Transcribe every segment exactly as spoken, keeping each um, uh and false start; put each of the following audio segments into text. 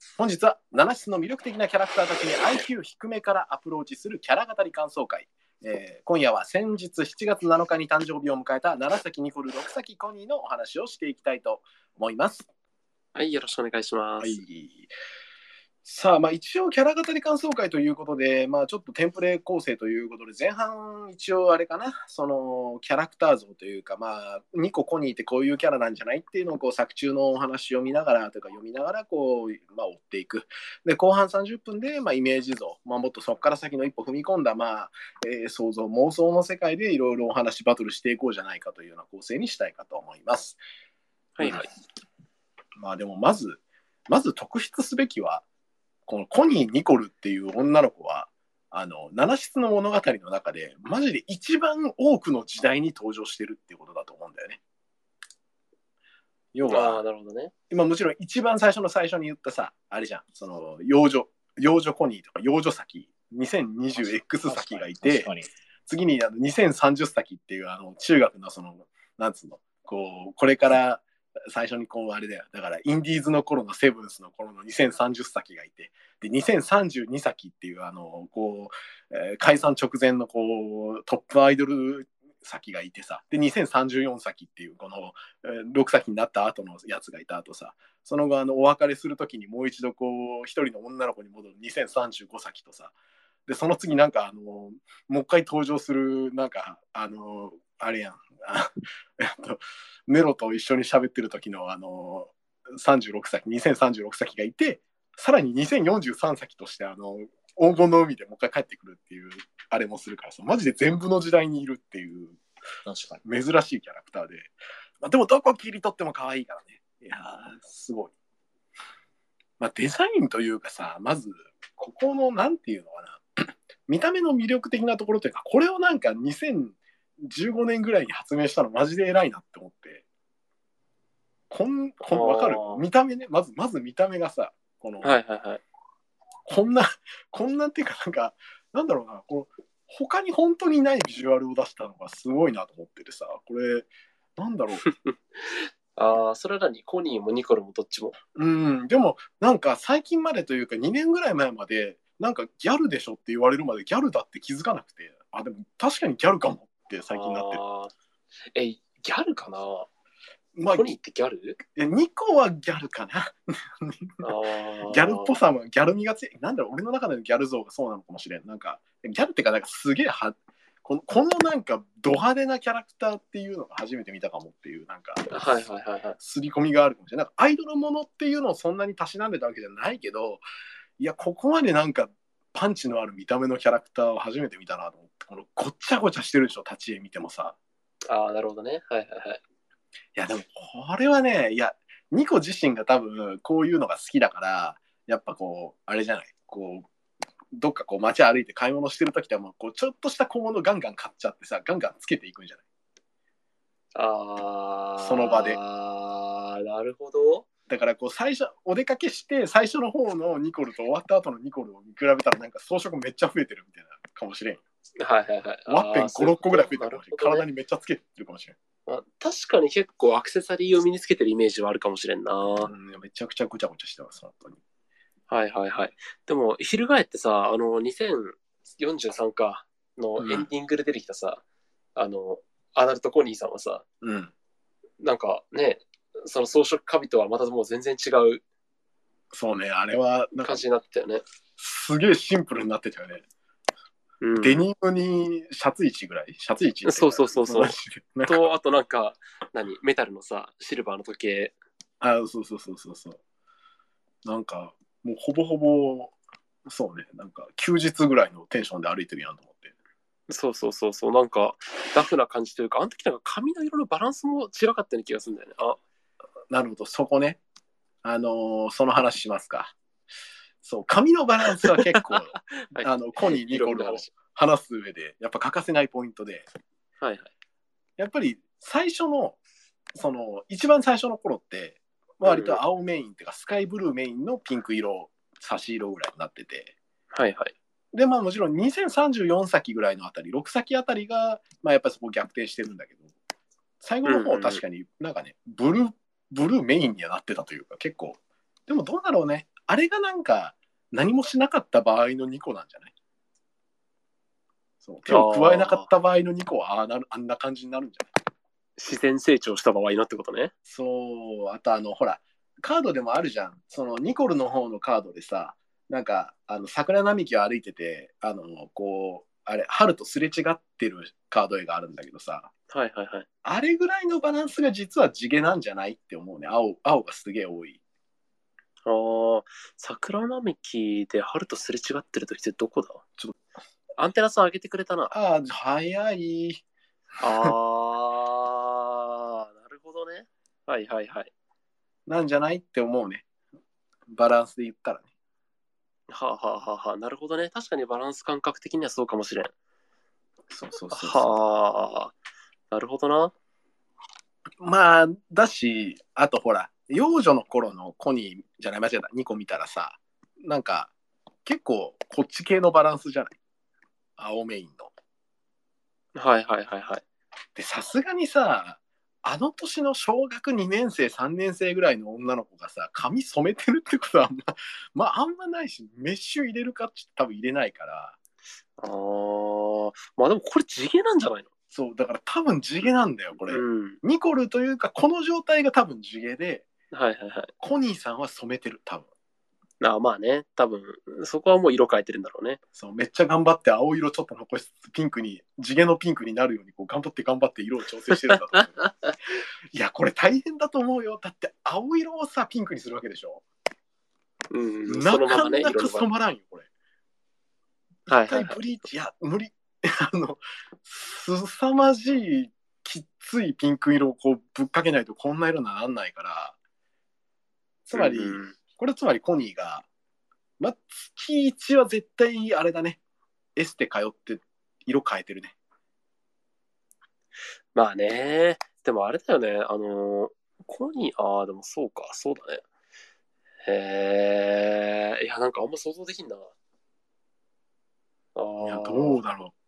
本日はなな室の魅力的なキャラクターたちに アイキュー 低めからアプローチするキャラ語り感想会、えー、今夜は先日しちがつなのかに誕生日を迎えた楢崎ニコル、六崎コニーのお話をしていきたいと思います。 はい、よろしくお願いします。はい、 さあ、まあ、一応キャラ語り感想会ということで、まあ、ちょっとテンプレ構成ということで前半一応あれかな、そのキャラクター像というか、まあ、ニココニーってこういうキャラなんじゃないっていうのをこう作中のお話を見ながらというか読みながらこう、まあ、追っていく。で後半さんじゅっぷんで、まあ、イメージ像、まあ、もっとそこから先の一歩踏み込んだ、まあえー、想像妄想の世界でいろいろお話バトルしていこうじゃないかというような構成にしたいかと思います。 はいはい。 まあでもまずまず特筆すべきはこのコニー・ニコルっていう女の子はあのなな室の物語の中でマジで一番多くの時代に登場してるっていうことだと思うんだよね。要はあ、なるほどね、 今もちろん一番最初の最初に言ったさあれじゃん、その幼女幼女コニーとか幼女先 にせんにじゅうエックス 先がいて、次にあのにせんさんじゅう先っていうあの中学のそのなんつうのこうこれから最初にこうあれだよ、だからインディーズの頃のセブンスの頃のにせんさんじゅう先がいて、でにせんさんじゅうに先っていうあのこう、えー、解散直前のこうトップアイドル先がいてさ、でにせんさんじゅうよん先っていうこの、えー、ろく先になった後のやつがいた後さ、その後あのお別れするときにもう一度こう一人の女の子に戻るにせんさんじゅうご先とさ、でその次なんかあのもう一回登場するなんかあのあれやんネロと一緒に喋ってる時のあのさんじゅうろく先にせんさんじゅうろく先がいて、さらににせんよんじゅうさん先としてあの黄金の海でもう一回帰ってくるっていうあれもするからさ、マジで全部の時代にいるっていう確かに珍しいキャラクターで、まあ、でもどこ切り取っても可愛いからね。いやすごい、まあ、デザインというかさ、まずここのなんていうのかな見た目の魅力的なところというか、これをなんかにせんじゅうごねんぐらいに発明したのマジで偉いなって思って、こんこん分かる見た目ね、まずまず見た目がさ、この、 はいはいはい、こんなこんなっていうかなんかなんだろうな、この他に本当にないビジュアルを出したのがすごいなと思っててさ、これなんだろうああ、それらにコニーもニコルもどっちも。 うん、でもなんか最近までというかにねんぐらい前までなんかギャルでしょって言われるまでギャルだって気づかなくて、あでも確かにギャルかもって最近なってる。 え、ギャルかな、 まあ、 コニーってギャル？ ニコはギャルかなギャルっぽさもギャル味が強い。なんだろう、俺の中でのギャル像がそうなのかもしれん。なんかギャルってかなんかすげえはこのこのなんかド派手なキャラクターっていうのが初めて見たかもっていうなんかはいはいはいはい、 刷り込みがあるかもしれない。なんかアイドルものっていうのをそんなにたしなんでたわけじゃないけど、いやここまでなんかパンチのある見た目のキャラクターを初めて見たなと思って、このごっちゃごちゃしてるでしょ、立ち絵見てもさ。 ああ、なるほどね、はいはいはい。 いやでもこれはね、いやニコ自身が多分こういうのが好きだから、やっぱこうあれじゃない、こうどっかこう街歩いて買い物してる時ってもうこうちょっとした小物ガンガン買っちゃってさ、ガンガンつけていくんじゃない。 ああ、 その場で。 ああ、なるほど。 だからこう最初お出かけして最初の方のニコルと終わった後のニコルを見比べたらなんか装飾めっちゃ増えてるみたいなかもしれん。 はいはいはい。 ワッペンご、ろっこぐらい増えてるかもしれん。体にめっちゃつけてるかもしれん。 まあ、確かに結構アクセサリーを身につけてるイメージはあるかもしれんな。 うん、めちゃくちゃごちゃごちゃしてます本当に。 はいはいはい。でも翻ってさ、あのにせんよんじゅうさんかのエンディングで出てきたさ、うん、あのアダルトコニーさんはさ、 うん、 なんかね、その装飾カビとはまたもう全然違う。 そうね、あれはなんか感じになってたよね。 すげえシンプルになってたよね。うん、デニムにシャツ位置ぐらいシャツ位置そうそうそうそうと、あとなんか何メタルのさシルバーの時計、 あそうそうそうそうそう、なんかもうほぼほぼそうね、なんか休日ぐらいのテンションで歩いてるやんと思って。 そうそうそうそう、なんかラフな感じというか、あの時なんか髪の色のバランスも違かったような気がするんだよね。あ、 なるほど、そこね。あのー、その話しますか。そう、髪のバランスは結構、はい、あのコニー・ニコルを話す上でやっぱ欠かせないポイントで、 はいはい、 やっぱり最初のその一番最初の頃って割と青メインっていうかスカイブルーメインのピンク色差し色ぐらいになってて、 はいはい、 でまあもちろんにせんさんじゅうよん先ぐらいのあたりろく先あたりがまあやっぱりそこ逆転してるんだけど、最後の方確かになんかね、ブルーブルーメインにはなってたというか、結構でもどうだろうね、 あれがなんか何もしなかった場合のニコなんじゃない？そう手を加えなかった場合のニコはああなるあんな感じになるんじゃない？ 自然成長した場合のってことね。 そう、あとあのほらカードでもあるじゃん。そのニコルの方のカードでさ、なんかあの桜並木を歩いてて、あのこうあれ春とすれ違ってるカード絵があるんだけどさ、 はいはいはい。 あれぐらいのバランスが実は地毛なんじゃないって思うね。青青がすげえ多い。 ああ、桜並木で春とすれ違ってる時ってどこだ？ ちょっとアンテナさん上げてくれたな。 ああ、早い。 ああ、なるほどね。はいはいはい。 なんじゃないって思うね。バランスで言ったらね。 はあ、はあはあはあ、なるほどね。確かにバランス感覚的にはそうかもしれん。 そうそうそうそう。 はあ、なるほどな。 まあ、だし、あとほら、幼女の頃のコニーじゃない、間違えた、ニコ見たらさ、なんか、結構こっち系のバランスじゃない？青メインの。 はいはいはいはい。 で、さすがにさ、あの年の小学にねん生、さんねん生ぐらいの女の子がさ、髪染めてるってことはあんま、まああんまないし、メッシュ入れるかって多分入れないから。 あー、まあでもこれ地毛なんじゃないの？ そう、だから多分地毛なんだよ、これ。 うん。 ニコルというか、この状態が多分地毛で、 はいはいはい。 コニーさんは染めてる、多分。 あまあね、多分、そこはもう色変えてるんだろうね。 そう、めっちゃ頑張って青色ちょっと残しつつ、ピンクに、地毛のピンクになるように、こう頑張って頑張って色を調整してるんだと思う。いや、これ大変だと思うよ。だって青色をさ、ピンクにするわけでしょ。 うん、 なかそのままね、 なか色染まらんよ、これ。 はい一回ブリーチ、いや、無理。あの、すさまじい、きっついピンク色をこうぶっかけないとこんな色にならないから、つまり、 うん、 これつまりコニーが、まあ、月いちは絶対あれだね。エステ通って色変えてるね。 まあね、でもあれだよね、あの、コニー、ああ、でもそうか、そうだね。へえ、いや、なんかあんま想像できんな。あいや、どうだろう。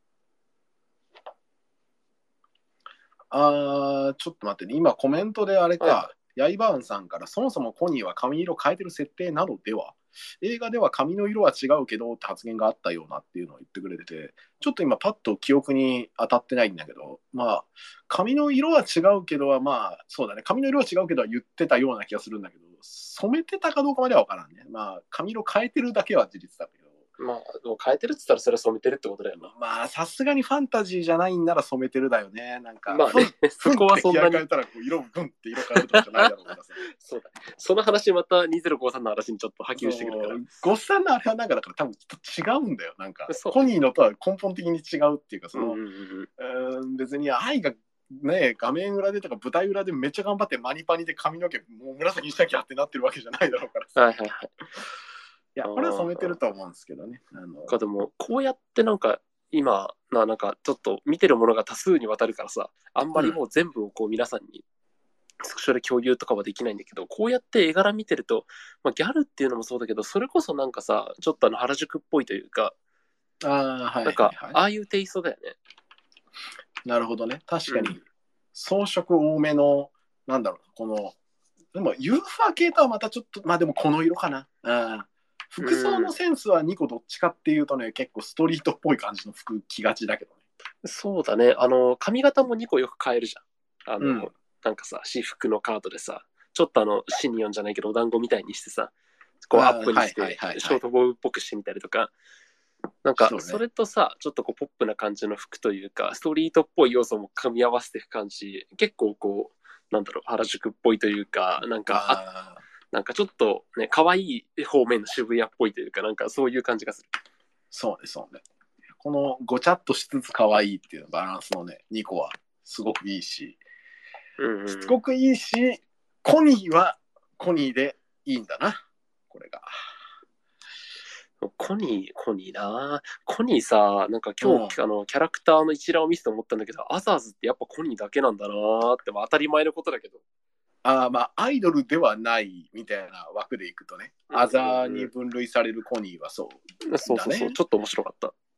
あー、ちょっと待ってね。今コメントであれか、 はヤイバーンさんから、そもそもコニーは髪色変えてる設定なのでは、映画では髪の色は違うけどって発言があったようなっていうのを言ってくれてて、ちょっと今パッと記憶に当たってないんだけど、まあ、髪の色は違うけどは、まあ、そうだね。髪の色は違うけどは言ってたような気がするんだけど、染めてたかどうかまでは分からんね。まあ、髪色変えてるだけは事実だけど。 まあ、でも変えてるって言ったらそれは染めてるってことだよな。 まあ、さすがにファンタジーじゃないんなら染めてるだよね。なんか、 まあね、そこはそんなに。 変えたらこう色グンって色変えるとかじゃないだろうからさ。 そうだね。その話またにせんごじゅうさんの話にちょっと波及してくるから。 ごさんのあれはなんかだから多分ちょっと違うんだよ。なんか、コニーのとは根本的に違うっていうか、その、うんうんうん、別に愛がね、画面裏でとか舞台裏でめっちゃ頑張ってマニパニで髪の毛もう紫にしなきゃってなってるわけじゃないだろうからさ。 はいはいはい。 いや、これは染めてると思うんですけどね。あのかでも、こうやってなんか、今、ななんかちょっと見てるものが多数にわたるからさ、あんまりもう全部をこう皆さんにスクショで共有とかはできないんだけど、こうやって絵柄見てると、まあ、ギャルっていうのもそうだけど、それこそなんかさ、ちょっとあの原宿っぽいというか、 あはいはいはい、 なんか、ああいうテイストだよね。 なるほどね。確かに、装飾多めの、なんだろう、この、でもユーファー系とはまたちょっと、まあでもこの色かな。あ服装のセンスはにこどっちかっていうとね、結構ストリートっぽい感じの服着がちだけどね。 そうだね。あの、髪型もにこよく変えるじゃん。あの、 うん、 なんかさ、私服のカードでさ、ちょっとあの、シニオンじゃないけど、お団子みたいにしてさ、こうアップにして、ショートボールっぽくしてみたりとか、なんか、それとさ、ちょっとこうポップな感じの服というか、ストリートっぽい要素も組み合わせていく感じ、結構こう、なんだろう、原宿っぽいというか、なんか、なんかちょっとね、可愛い方面の渋谷っぽいというか、なんかそういう感じがする。 そうね、そうね。このごちゃっとしつつ可愛いっていうバランスのね、にこはすごくいいし、 うんうん、 すごくいいし、コニーはコニーでいいんだな、これが。 コニー、コニーなコニーさ、なんか今日、うん、あのキャラクターの一覧を見せて思ったんだけど、アザーズってやっぱコニーだけなんだなって、まあ、当たり前のことだけど。 あまあ、アイドルではないみたいな枠でいくとね、うんうん、アザーに分類されるコニーはそう、 ね、そうそうそう、ちょっと面白かった。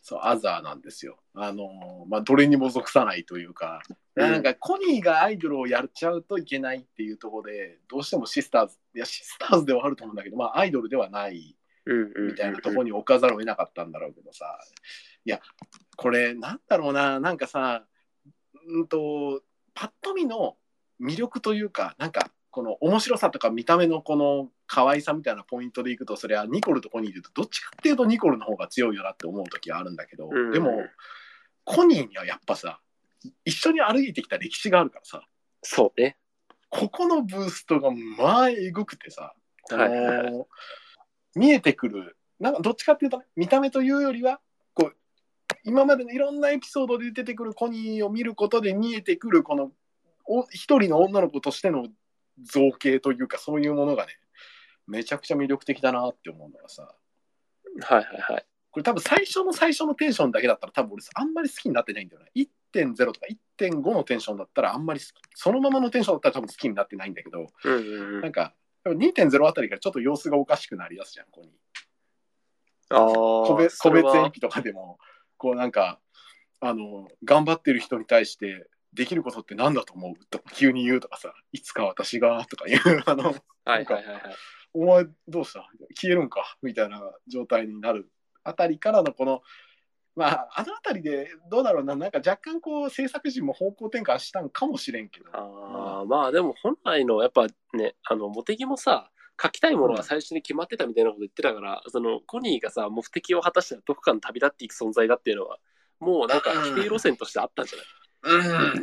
そう、アザーなんですよ。あの、まあ、どれにも属さないというか、うん、なんかコニーがアイドルをやっちゃうといけないっていうところで、どうしてもシスターズ、いや、シスターズではあると思うんだけど、まあ、アイドルではないみたいなところに置かざるを得なかったんだろうけどさ、いや、これ、なんだろうな、なんかさ、うんと、パッと見の魅力というか、なんか、この面白さとか見た目のこの可愛さみたいなポイントでいくと、それはニコルとコニーで言うとどっちかっていうとニコルの方が強いよなって思う時はあるんだけど、うん、でもコニーにはやっぱさ一緒に歩いてきた歴史があるからさ、 そうね、 ここのブーストがまあえぐくてさ、この、はいはい、見えてくるなんかどっちかっていうと、ね、見た目というよりはこう今までのいろんなエピソードで出てくるコニーを見ることで見えてくるこの一人の女の子としての造形というかそういうものがねめちゃくちゃ魅力的だなって思うのがさ、 はいはいはい、 これ多分最初の最初のテンションだけだったら多分俺あんまり好きになってないんだよね。いってんゼロ とか いってんご のテンションだったらあんまり好き、そのままのテンションだったら多分好きになってないんだけど、 うんうんうん、 なんか にてんゼロ あたりからちょっと様子がおかしくなりだすじゃん、ここに。 あ個別個別演技とかでもこうなんかあの頑張ってる人に対してできることって何だと思うと急に言うとかさ、いつか私がとか言うあの、はいはいはいはい、 お前どうした消えるんかみたいな状態になるあたりからのこのまああのあたりでどうだろうな、なんか若干こう制作陣も方向転換したんかもしれんけど、 あ、まあ、まあでも本来のやっぱねあのモテギもさ書きたいものが最初に決まってたみたいなこと言ってたから、うん、そのコニーがさ目的を果たしたらどこかに旅立っていく存在だっていうのはもうなんか規定路線としてあったんじゃない？ うん、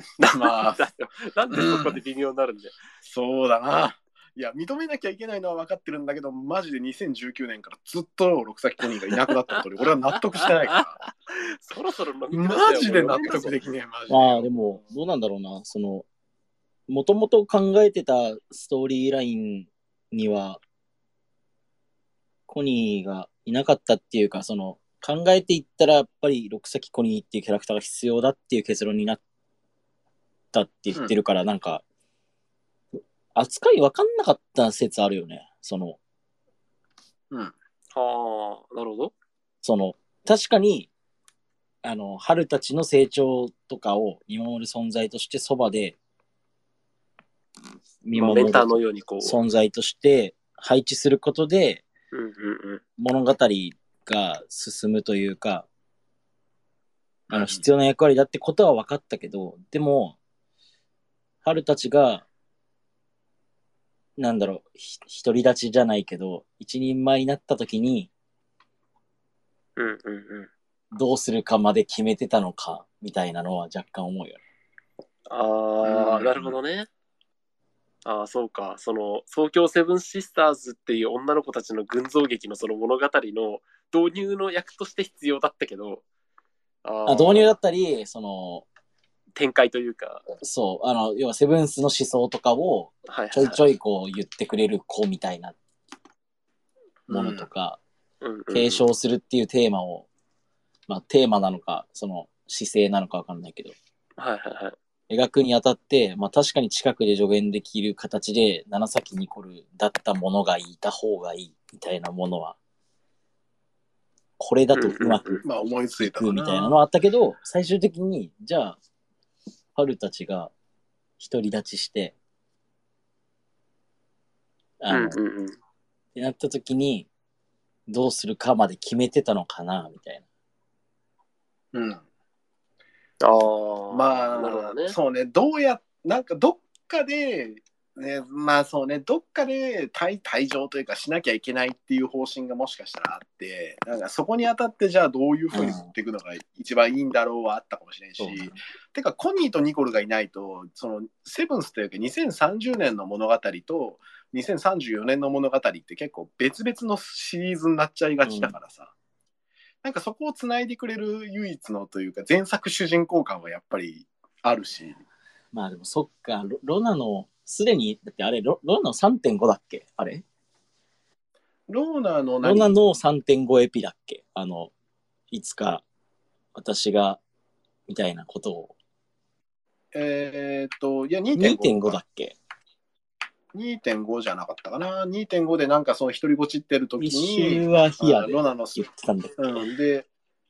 まあ、 なんでそこで微妙になるんで、うん、 そうだな。いや認めなきゃいけないのは分かってるんだけど、マジでにせんじゅうきゅうねんからずっと六崎コニーがいなくなったことで俺は納得してないからそろそろ飲みマジで納得できねえ。マジで。 まあでもどうなんだろうな、そのもともと考えてたストーリーラインにはコニーがいなかったっていうか、その考えていったらやっぱり六崎コニーっていうキャラクターが必要だっていう結論になったって言ってるから、うん、なんか扱い分かんなかった説あるよね。そのうん、 はあ、なるほど。 その確かにあの春たちの成長とかを見守る存在としてそばで見守る存在として配置することで、 うんうんうん、 物語が進むというか、あの必要な役割だってことは分かったけど、でも春たちがなんだろう独り立ちじゃないけど一人前になった時に、 うんうんうん、 どうするかまで決めてたのかみたいなのは若干思うよね。 ああ、なるほどね。ああ、そうか。その東京セブンシスターズっていう女の子たちの群像劇のその物語の導入の役として必要だったけど、 ああ導入だったりその展開というか、 そうあの要はセブンスの思想とかをちょいちょいこう言ってくれる子みたいなものとか、 うんうんうん、 継承するっていうテーマを、まあテーマなのかその姿勢なのかわかんないけど、 はいはいはい。 描くにあたって、まあ確かに近くで助言できる形で長崎ニコルだったものがいた方がいいみたいなものは、これだとうまくいくみたいなのはあったけど、最終的にじゃあ春たちが独り立ちしてあの、うんうんうん、ってなった時にどうするかまで決めてたのかなみたいな。うん。 ああ、 まあ、なるほどね。そうね、どうや、なんかどっかで、ね、まあそうね、どっかで退退場というかしなきゃいけないっていう方針がもしかしたらあって、なんかそこにあたってじゃあどういうふうに持っていくのが一番いいんだろうはあったかもしれんし、うん、てかコニーとニコルがいないと、そのセブンスというかにせんさんじゅうねんの物語とにせんさんじゅうよねんの物語って結構別々のシリーズになっちゃいがちだからさ、うん、なんかそこをつないでくれる唯一のというか前作主人公感はやっぱりあるし、 まあでもそっか ロ, ロナのすでにだってあれ ロ, ロナの さんてんご だっけあれローナの何ロナの さんてんご エピだっけ、あのいつか私がみたいなことをえー、っといやにてんご だっけにてんご じゃなかったかな。 にてんご でなんかその一人ごちってる時に一周はヒアでロナの言ってたんだっけ、 うん、で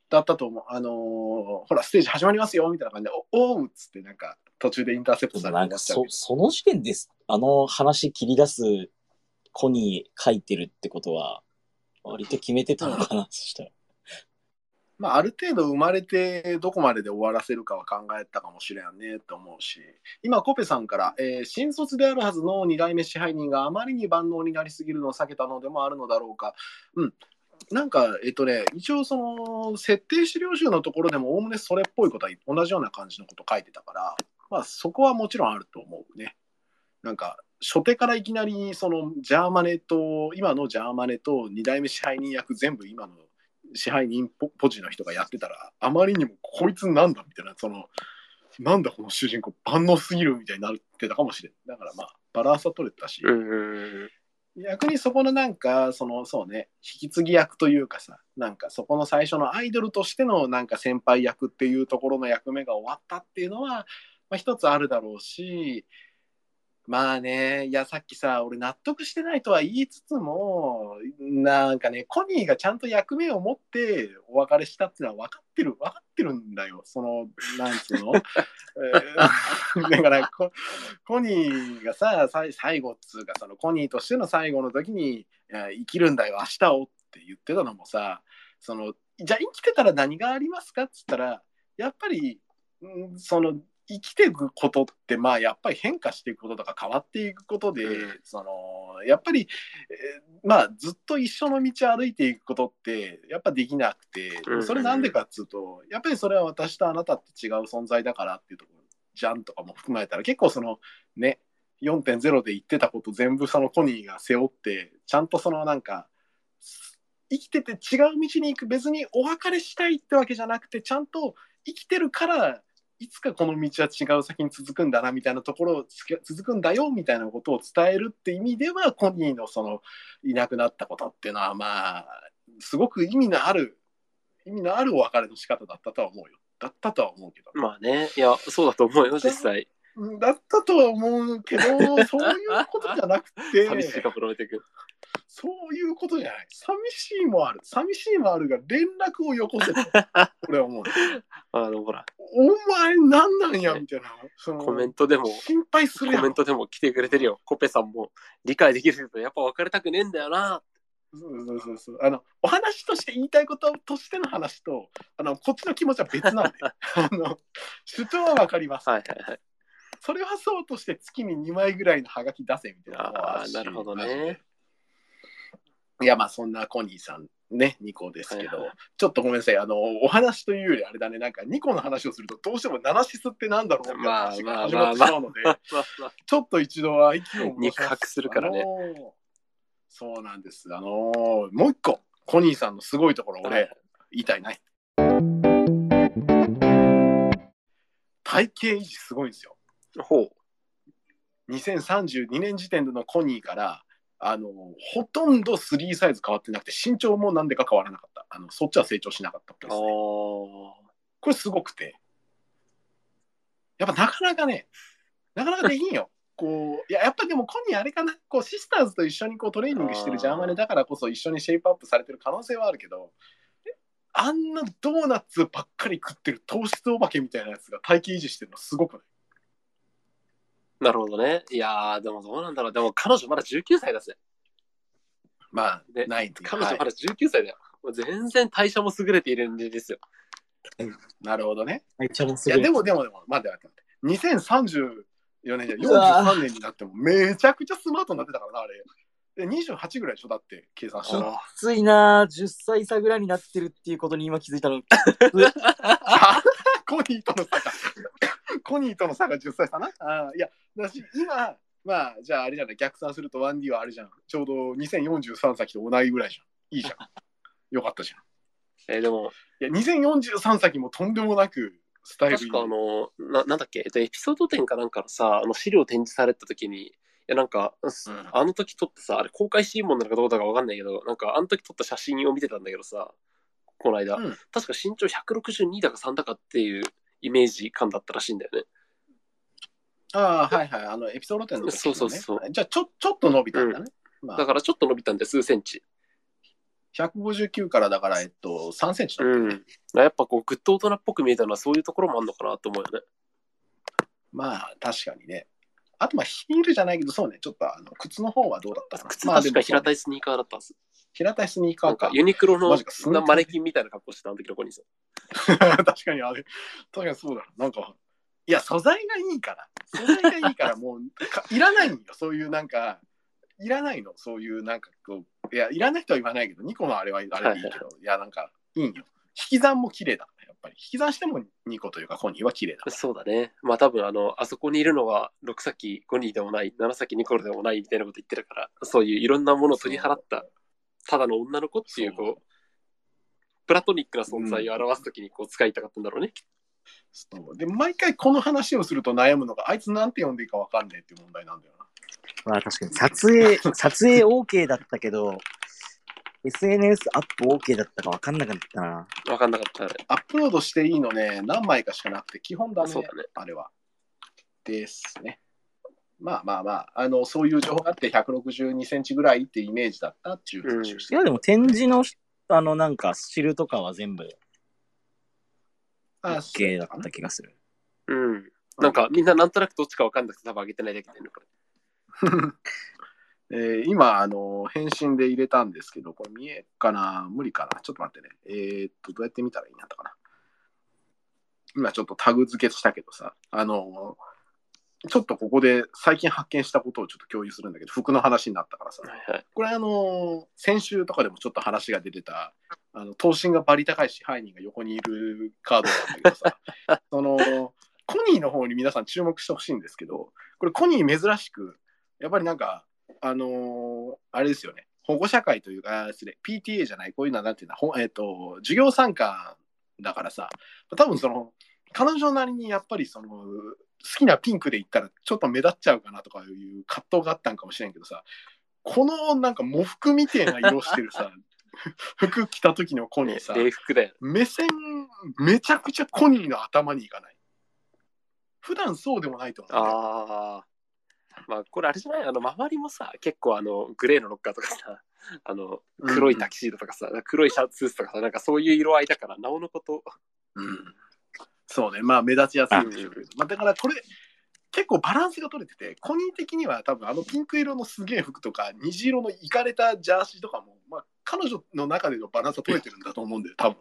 だったと思う。あのー、ほら、ステージ始まりますよみたいな感じで、おおうっつってなんか途中でインターセプトされてなんかそ、その時点です。あの話切り出す子に書いてるってことは、割と決めてたのかな、そしたら。 まあ、ある程度生まれてどこまでで終わらせるかは考えたかもしれんねと思うし、今コペさんから、えー、新卒であるはずのに代目支配人があまりに万能になりすぎるのを避けたのでもあるのだろうか。うん、なんかえっとね一応その設定資料集のところでもおおむねそれっぽいことは同じような感じのこと書いてたから、まあそこはもちろんあると思うね。なんか初手からいきなりそのジャーマネと今のジャーマネとに代目支配人役全部今の支配人ポジの人がやってたら、あまりにもこいつなんだみたいな、そのなんだこの主人公万能すぎるみたいになってたかもしれん。だからまあバランスは取れてたし、 うん逆にそこのなんかそのそうね引き継ぎ役というかさ、なんかそこの最初のアイドルとしてのなんか先輩役っていうところの役目が終わったっていうのは、まあ、一つあるだろうし、まあね、いやさっきさ俺納得してないとは言いつつもなんかねコニーがちゃんと役目を持ってお別れしたっていうのは分かってる分かってるんだよ。そのなんつうの、えー、だからココニーがさ最後っつうかそのコニーとしての最後の時に生きるんだよ明日をって言ってたのもさ、そのじゃあ生きてたら何がありますかっつったらやっぱり、うん、その生きていくことってまあやっぱり変化していくこととか変わっていくことで、うん、そのやっぱり、えー、まあずっと一緒の道を歩いていくことってやっぱできなくて、うん、それなんでかっつうとやっぱりそれは私とあなたって違う存在だからっていうところじゃんとかも含まれたら結構そのね よんてんゼロ で言ってたこと全部そのコニーが背負ってちゃんとそのなんか生きてて違う道に行く、別にお別れしたいってわけじゃなくてちゃんと生きてるからいつかこの道は違う先に続くんだなみたいなところ続くんだよみたいなことを伝えるって意味ではコニーのそのいなくなったことっていうのはまあすごく意味のある意味のあるお別れの仕方だったとは思うよ。だったとは思うけど。 まあね、いやそうだと思うよ実際。 だったとは思うけどそういうことじゃなくて寂しいかプロメテクそういうことじゃない。寂しいもある。寂しいもあるが、連絡をよこせと。俺は思う。 あの、ほら。 お前なんなんやみたいな。 そのコメントでも、 心配するやん。 コメントでも来てくれてるよ。コペさんも理解できるけど、やっぱ別れたくねえんだよな。 そうそうそうそう。あの、お話として言いたいこととしての話と、あの、こっちの気持ちは別なんで。あの、主張はわかります。 はいはいはい。 それはそうとして月ににまいぐらいのハガキ出せみたいな。 ああ、なるほどね。 いやまあそんなコニーさんねニコですけど、はいはい、ちょっとごめんなさいあのお話というよりあれだねなんかニコの話をするとどうしてもナナシスってなんだろうって話が始まってしまうのでちょっと一度 アイキュー を戻します。 肉薄するからね。 そうなんです。あのー、もう一個コニーさんのすごいところ俺、はい、言いたいない。体型維持すごいんですよ。 ほう。 にせんさんじゅうにねん時点でのコニーからあのほとんどスリーサイズ変わってなくて身長もなんでか変わらなかった。あのそっちは成長しなかったですね。これすごくてやっぱなかなかねなかなかできんよ。こういややっぱでもコニーあれかなこうシスターズと一緒にこうトレーニングしてるジャーマネだからこそ一緒にシェイプアップされてる可能性はあるけどあんなドーナツばっかり食ってる糖質お化けみたいなやつが体型維持してるのすごくない？ なるほどね。いやーでもどうなんだろう。でも彼女まだじゅうきゅうさいだぜ。 まあでない彼女まだじゅうきゅうさいだよ。はい、全然代謝も優れているんですよ。 なるほどね。 代謝も優れていやでもでもでも待って待ってにせんさんじゅうよねんじゃよんじゅうさんねんになってもめちゃくちゃスマートになってたからなあれ。でにじゅうはちぐらいでしょだって計算したら。 きついなじゅっさい差ぐらいになってるっていうことに今気づいたの。 コニーとの差がコニーとの差がじゅっさい差な。あいやだし今まあじゃああれじゃない逆算すると ワンディー はあれじゃんちょうどにせんよんじゅうさん先と同じぐらいじゃん。いいじゃん。よかったじゃん。 えー、でもいやにせんよんじゅうさん先もとんでもなくスタイルいい。 確かあの な, なんだっけ、えっと、エピソードじゅうかなんかのさあの資料展示された時にいやなんか、うん、あの時撮ってさあれ公開していいもんなのかどうだか分かんないけどなんかあの時撮った写真を見てたんだけどさこの間、うん、確か身長ひゃくろくじゅうにだかさんだかっていうイメージ感だったらしいんだよね。 ああはいはいあのエピソード展の時、ね、 そうそうそう。 じゃあちょちょっと伸びたんだね、 うんまあ、だからちょっと伸びたんで数センチ。 ひゃくごじゅうきゅうからだから、えっと、さんセンチだった、ね。 うん。やっぱこう、ぐっと大人っぽく見えたのはそういうところもあるのかなと思うよね。 まあ、確かにね。あと、まあ、ヒールじゃないけど、そうね、ちょっとあの靴の方はどうだったかな。 靴確か平たいスニーカーだったはず。 平たいスニーカーか。 なんかユニクロのマネキンみたいな格好してた、あの時の子にさ。 確かにあれ、確かにそうだ。なんか、いや、素材がいいから。素材がいいから、もういらないんよ。そういうなんか、いらないの。そういうなんかこう、いや、いらないとは言わないけど、ニコのあれはあれでいいけど、はいはい、いや、なんか、いいんよ。引き算も綺麗だから、やっぱり。引き算してもニコというか、コニーは綺麗だから。 そうだね。まあ多分、あの、あそこにいるのは、ろく先コニーでもない、なな先ニコルでもないみたいなこと言ってるから、そういういろんなものを取り払った、ただの女の子っていう、こう、プラトニックな存在を表すときにこう使いたかったんだろうね。 そうで毎回この話をすると悩むのがあいつなんて呼んでいいか分かんねえっていう問題なんだよな。 まあ確かに撮影撮影 OK だったけど エスエヌエス アップ OK だったか分かんなかったな。 分かんなかった、ね、 アップロードしていいのね何枚かしかなくて基本ダメ、 そうだね、 あれはですね。まあまあまあ、あのそういう情報があってひゃくろくじゅうにセンチぐらいってイメージだったっていう話をして、 うん、いやでも展示のあのなんかスチルとかは全部 OK だった気がする。 うん。なんかみんななんとなくどっちか分かんなくて多分上げてないだけでね、これ。えー、今あの返信で入れたんですけど、これ見えっかな、無理かな、ちょっと待ってね。えー、っとどうやって見たらいいんだったかな。今ちょっとタグ付けしたけどさ、あのちょっとここで最近発見したことをちょっと共有するんだけど、服の話になったからさ、 はいはい、これあの先週とかでもちょっと話が出てた、あの頭身がバリ高い支配人が横にいるカードなんだけどさ、そのコニーの方に皆さん注目してほしいんですけど、これコニー珍しくやっぱりなんかあのー、あれですよね、保護者会というか、ピーティーエー じゃない、こういうのはなんていうんだ、えーと、授業参観だからさ、多分その彼女なりにやっぱりその好きなピンクで言ったらちょっと目立っちゃうかなとかいう葛藤があったんかもしれんけどさ、このなんか喪服みたいな色してるさ服着た時のコニーさ、 礼服だよ、 目線めちゃくちゃコニーの頭にいかない。普段そうでもないと思う、ね。 ああ、まあこれあれじゃない、あの周りもさ結構あのグレーのロッカーとかさ、あの黒いタキシードとかさ、うん、黒いシャツとかさ、なんかそういう色合いだからなおのこと、 うん、そうね、まあ目立ちやすいんでしょうけど、まあ、だからこれ結構バランスが取れてて、コニー的には多分あのピンク色のすげえ服とか虹色のイカれたジャージとかも、まあ、彼女の中でのバランスが取れてるんだと思うんだよ多分。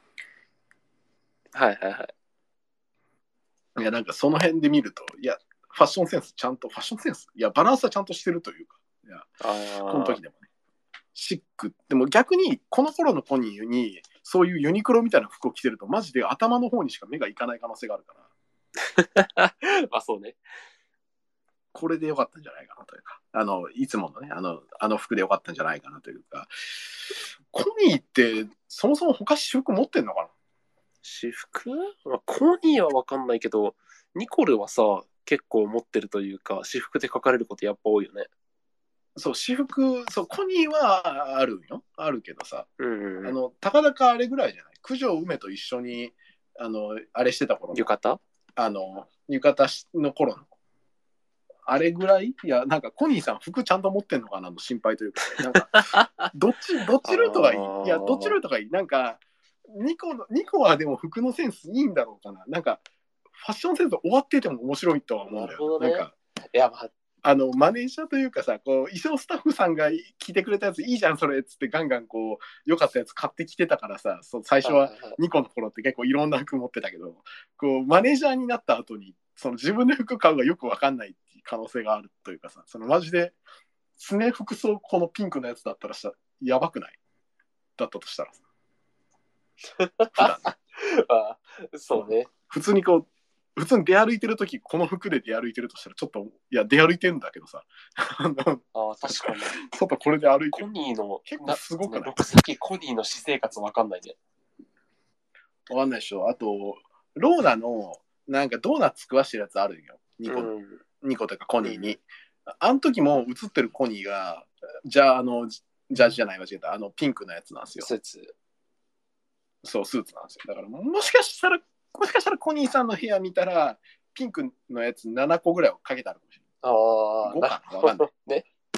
はいはいはい。 いやなんかその辺で見ると、いやファッションセンスちゃんとファッションセンスいやバランスはちゃんとしてるというか、いやこの時でもねシック。でも逆にこの頃のコニーにそういうユニクロみたいな服を着てるとマジで頭の方にしか目がいかない可能性があるからまあそうね、 これでよかったんじゃないかなというか、あのいつものねあのあの服でよかったんじゃないかなというか。コニーってそもそも他私服持ってんのかな。 私服、まあ、コニーは分かんないけどニコルはさ結構持ってるというか私服で書かれることやっぱ多いよね。 そう私服、そうコニーはあるよ、あるけどさ、 うんうん、 あのたかだかあれぐらいじゃない、九条梅と一緒にあのあれしてた頃の浴衣あの浴衣の頃のあれぐらい。いやなんかコニーさん服ちゃんと持ってんのかなの心配というか、なんかどっちどっちルートがいいいやどっちルートがいいなんかニコのニコはでも服のセンスいいんだろうかな。なんかファッションセンス終わってても面白いとは思うんだよ。な、ね、なんかいや、まあ、 あのマネージャーというかさ、こう衣装スタッフさんが着てくれたやついいじゃんそれっつってガンガンこう良かったやつ買ってきてたからさ、そう最初はニコの頃って結構いろんな服持ってたけど、こうマネージャーになった後にその自分で服買うがよく分かんないっていう可能性があるというかさ、そのマジで常服装このピンクのやつだったらしたらやばくないだったとしたらさ普段、ね、 あそうね、 普通にこう普通に出歩いてるときこの服で出歩いてるとしたらちょっといや出歩いてるんだけどさあ確かに外これで歩いてるコニーの結構すごくないろく先コニーの私生活わかんないね。 わかんないでしょ。あとローナのなんかドーナツ食わしてるやつあるよニコ、うん、ニコというかコニーに、うん、あの時も映ってるコニーがじゃああのジャージじゃない間違えたあのピンクのやつなんですよ。 スーツそうスーツなんですよ。だからもしかしたらもしかしたらコニーさんの部屋見たらピンクのやつななこぐらいをかけてあるかもしれない。ああごかなわかんない。 ね。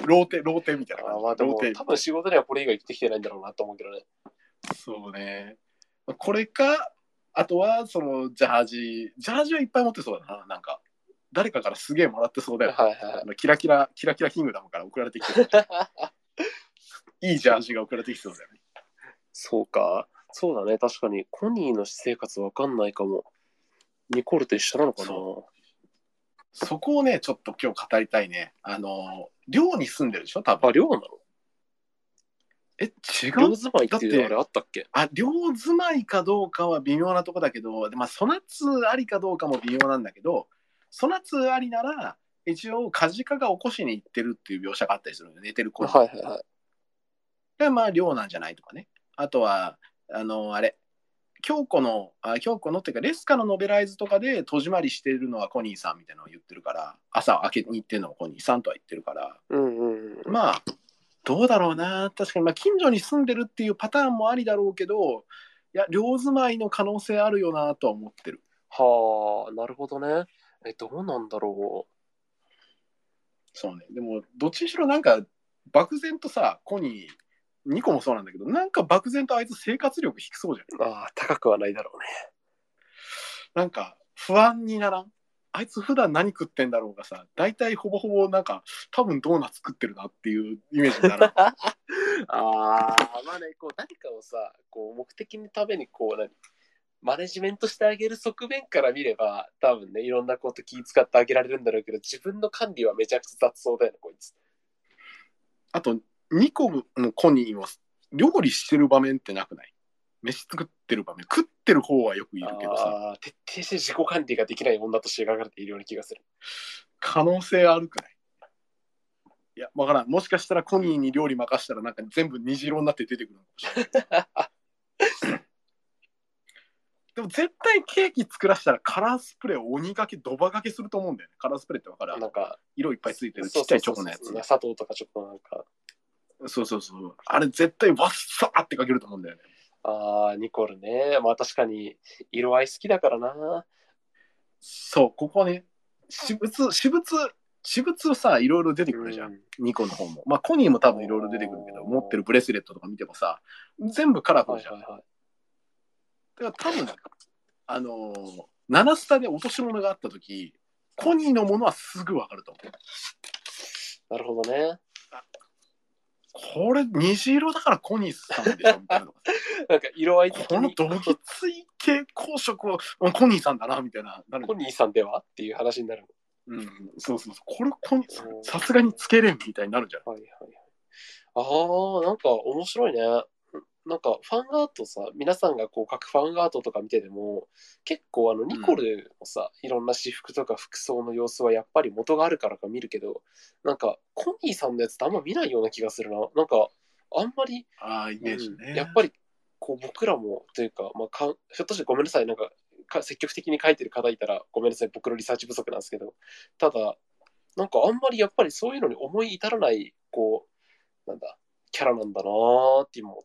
ローテ、ローテみたいな感じ。 あまあでもローテ多分仕事にはこれ以外生きてきてないんだろうなと思うけどね。 そうね。これか、あとはそのジャージ、ジャージはいっぱい持ってそうだな。なんか、誰かからすげえもらってそうだよ、ね。 はいはい、 あのキラキラ、キラキラキングダムから送られてきてそう。いいジャージが送られてきそうだよね。 そうか。そうだね。確かに、コニーの私生活わかんないかも。ニコルと一緒なのかな。 そ, そこをね、ちょっと今日語りたいね。あの、寮に住んでるでしょ、多分。 あ、寮なの？ え、違う？ 寮住まいっていうのあれあったっけ？ あ、寮住まいかどうかは微妙なとこだけど、まあ、ソナツありかどうかも微妙なんだけど、ソナツありなら、一応、カジカが起こしに行ってるっていう描写があったりするのよ、寝てる子に。 はいはいはい。 で、まあ、寮なんじゃないとかね。あとは、あの、あれ、京子の、あ京子のっていうか、レスカのノベライズとかで戸締まりしてるのはコニーさんみたいなのを言ってるから、朝開けに行ってるのはコニーさんとは言ってるから、 うんうんうん、 まあ、どうだろうな。確かに、まあ、近所に住んでるっていうパターンもありだろうけど、いや、寮住まいの可能性あるよなとは思ってる。 はあ、なるほどね。え、どうなんだろう。 そうね。でも、どっちにしろなんか、漠然とさ、コニー、ニコもそうなんだけど、なんか漠然とあいつ生活力低そうじゃん。 ああ、高くはないだろうね。 なんか、不安にならん？あいつ普段何食ってんだろうがさ、大体ほぼほぼなんか、多分ドーナツ食ってるなっていうイメージになる。 ああ、まあね、こう何かをさ、こう目的のためにこう何、マネジメントしてあげる側面から見れば、多分ね、いろんなこと気遣ってあげられるんだろうけど、自分の管理はめちゃくちゃ雑そうだよね、こいつ。 あと、ニコのコニーも料理してる場面ってなくない？飯作ってる場面。食ってる方はよくいるけどさ。 徹底して自己管理ができない女として描かれているような気がする。 可能性あるくない？いや、わからん。もしかしたらコニーに料理任したらなんか全部虹色になって出てくるのかもしれない。でも絶対ケーキ作らせたらカラースプレーを鬼がけ、ドバがけすると思うんだよね。カラースプレーってわかる？ なんか色いっぱいついてるちっちゃいチョコのやつ。 砂糖とかちょっとなんか。 そうそうそう。あれ絶対わっさーってかけると思うんだよね。 ああ、ニコルね。まあ確かに色合い好きだからな。 そう、ここね、私物、私物、私物さ、いろいろ出てくるじゃん。うん、ニコの方も。まあ、コニーも多分いろいろ出てくるけど、持ってるブレスレットとか見てもさ、全部カラフルじゃん。はいはいはい、だから多分、あのー、ナナスタで落とし物があったとき、コニーのものはすぐわかると思う。 なるほどね。 これ虹色だからコニーさんでしょみたいな。 なんか色合い的にこのどぎつい系光色はコニーさんだなみたいな。なるコニーさんではっていう話になる。 うん、そうそうそう。これコニーさん、さすがにつけれんみたいになるじゃん。はいはいはい。 ああ、なんか面白いね。なんかファンアートさ、皆さんがこう書くファンアートとか見てても、結構あのニコルのさ、うん、いろんな私服とか服装の様子はやっぱり元があるからか見るけど、なんかコニーさんのやつってあんま見ないような気がするな。なんかあんまり、 あイメージね、 うん、やっぱりこう僕らもというか、まあ、かひょっとしてごめんなさい、なんかか積極的に書いてる方いたらごめんなさい、僕のリサーチ不足なんですけど、ただなんかあんまりやっぱりそういうのに思い至らないこうなんだキャラなんだなーって今思って。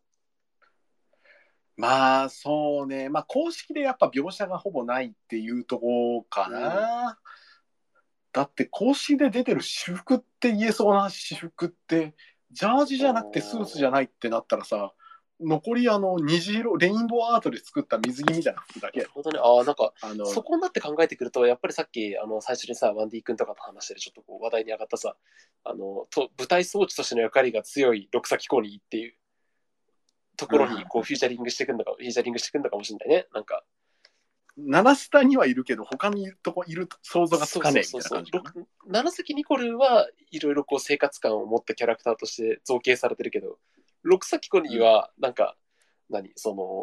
まあそうね、まあ公式でやっぱ描写がほぼないっていうとこかな、うん、だって公式で出てる私服って言えそうな私服ってジャージじゃなくてスーツじゃないってなったらさ、残りあの虹色レインボーアートで作った水着みたいな服だけ。 なるほどね。ああ、なんかあのそこになって考えてくるとやっぱりさっきあの最初にさワンディ君とかと話してちょっとこう話題に上がったさ、あのと舞台装置としての役割が強い六崎コニーっていうところにこうフィーチャリングしてくんだか、フィーチャリングしてくんだかもしれないね。なんか七スタにはいるけど他にいるとこいる想像がつかねえみたいな感じかな。 七崎ニコルはいろいろこう生活感を持ったキャラクターとして造形されてるけど、六崎コニーはなんか、うん、何その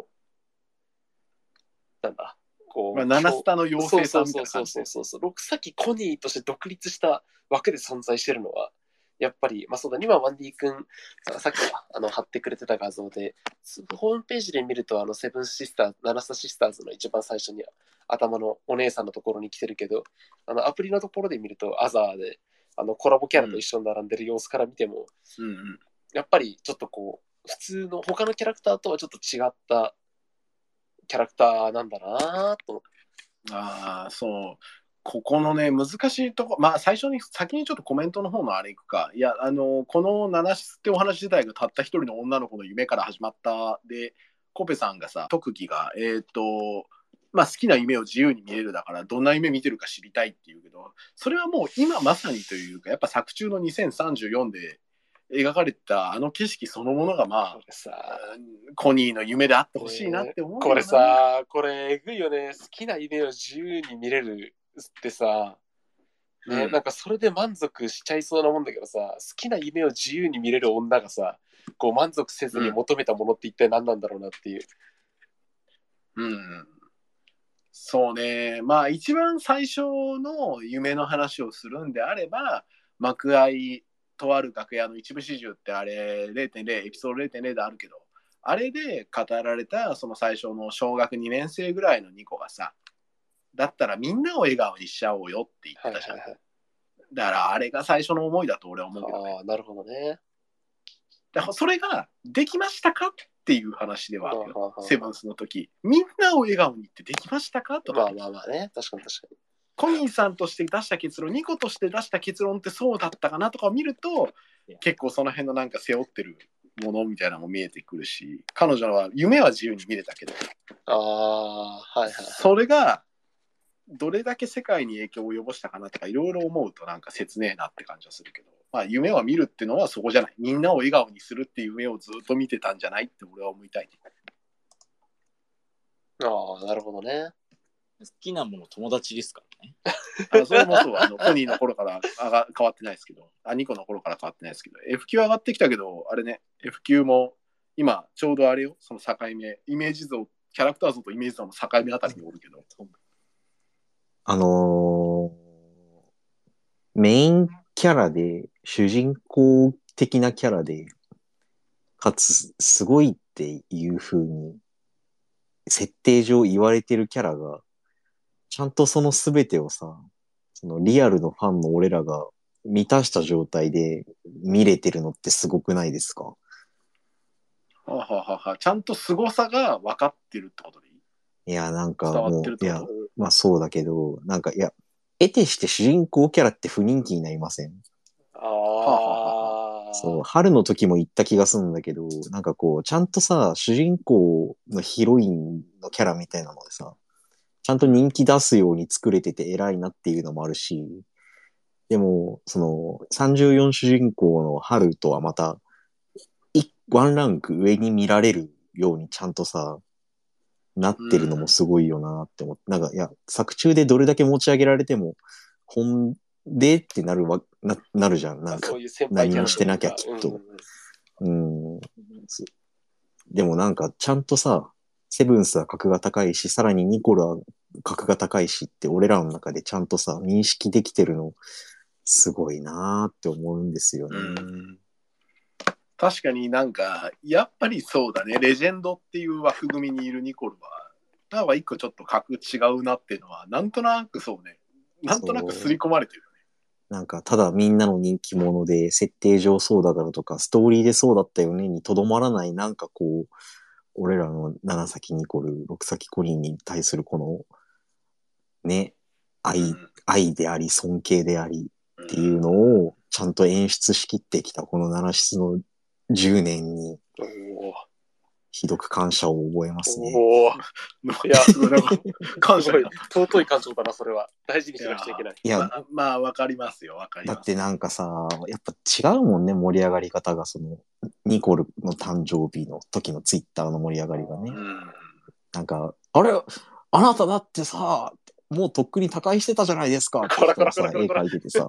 なんだこう、 まあ、七スタの妖精さんみたいな感じで。 そうそうそうそうそう。六崎コニーとして独立した枠で存在してるのは。やっぱり、まあそうだ、今、ワンディ君、さっきあの貼ってくれてた画像で、ホームページで見ると、あの、セブンシスターズ、ナナスタシスターズの一番最初に頭のお姉さんのところに来てるけど、あの、アプリのところで見ると、アザーで、あの、コラボキャラと一緒に並んでる様子から見ても、 うんうん、 やっぱりちょっとこう、普通の他のキャラクターとはちょっと違ったキャラクターなんだなと。 ああ、そう。 ここのね、難しいとこ、まあ最初に、先にちょっとコメントの方のあれいくか。いや、あの、このナナシスってお話自体がたった一人の女の子の夢から始まったで、コペさんがさ、特技が、えっ、ー、と、まあ好きな夢を自由に見れるだから、どんな夢見てるか知りたいっていうけど、それはもう今まさにというか、やっぱ作中のにせんさんじゅうよんで描かれたあの景色そのものがまあ、さコニーの夢であってほしいなって思う、 えー、これさ、これえぐいよね。好きな夢を自由に見れるってさ、ね、うん、なんかそれで満足しちゃいそうなもんだけどさ、好きな夢を自由に見れる女がさ、こう満足せずに求めたものって一体何なんだろうなっていう。 うん、うん、そうね。まあ一番最初の夢の話をするんであれば、幕愛とある楽屋の一部始終ってあれ ゼロてんゼロ エピソード ゼロてんゼロ であるけど、あれで語られたその最初の小学にねん生ぐらいのニコがさ、だったらみんなを笑顔にしちゃおうよって言ってたじゃん。はいはいはい、だからあれが最初の思いだと俺は思うけどね。 ああ、なるほどね。 だからそれができましたかっていう話ではあるよ。セブンスの時。みんなを笑顔にってできましたかとか。 まあまあまあね。確かに確かに。 コニーさんとして出した結論、ニコとして出した結論ってそうだったかなとかを見ると、結構その辺のなんか背負ってるものみたいなのも見えてくるし、彼女は夢は自由に見れたけど。 ああ、はいはい。 それが、どれだけ世界に影響を及ぼしたかなとかいろいろ思うとなんか切ねえなって感じはするけど、まあ夢は見るってのはそこじゃない。みんなを笑顔にするっていう夢をずっと見てたんじゃないって俺は思いたい。 ああ、なるほどね。 好きなもの友達ですからね。 あ、それもそう。あのコニーの頃からあが変わってないですけど、あ、ニコの頃から変わってないですけど、F 級上がってきたけど、あれね、F 級も今ちょうどあれよ、その境目、イメージ像、キャラクター像とイメージ像の境目あたりにおるけど。 あのー、メインキャラで、主人公的なキャラで、かつ、すごいっていう風に、設定上言われてるキャラが、ちゃんとその全てをさ、そのリアルのファンの俺らが満たした状態で見れてるのってすごくないですか？ ははははちゃんと凄さが分かってるってことでいい？ いや、なんかもう、いや、まあそうだけど、なんか、いや、得てして主人公キャラって不人気になりません？ ああ。 そう、春の時も言った気がするんだけど、なんかこう、ちゃんとさ、主人公のヒロインのキャラみたいなのでさ、ちゃんと人気出すように作れてて偉いなっていうのもあるし、でも、その、さんじゅうよん主人公の春とはまた、ワンランク上に見られるようにちゃんとさ、なってるのもすごいよなって思って、うん、なんか、いや、作中でどれだけ持ち上げられても、本でってなるわ、な、なるじゃん。なんか、うう何もしてなきゃきっと。うん、うん。でもなんか、ちゃんとさ、セブンスは格が高いし、さらにニコルは格が高いしって、俺らの中でちゃんとさ、認識できてるの、すごいなーって思うんですよね。うん、 確かになんか、やっぱりそうだね。レジェンドっていう枠組みにいるニコルは、なんか一個ちょっと格違うなっていうのは、なんとなくそうね。なんとなく刷り込まれてるよね。 なんか、ただみんなの人気者で、設定上そうだからとか、ストーリーでそうだったよねにとどまらない、なんかこう、俺らの七崎ニコル、六崎コリンに対するこの、ね、愛、うん、愛であり、尊敬でありっていうのを、ちゃんと演出しきってきた、この七室のじゅうねんに、ひどく感謝を覚えますね。 おいや、感謝。尊い感情だな、それは。大事にしなくちゃいけない。 いや、まあ、まあ、わかりますよ、わかります。 だってなんかさ、やっぱ違うもんね、盛り上がり方が、その、ニコルの誕生日の時のツイッターの盛り上がりがね。うん、なんか、あれ、あなただってさ、もうとっくに他界してたじゃないですかって人がさ、絵描いててさ。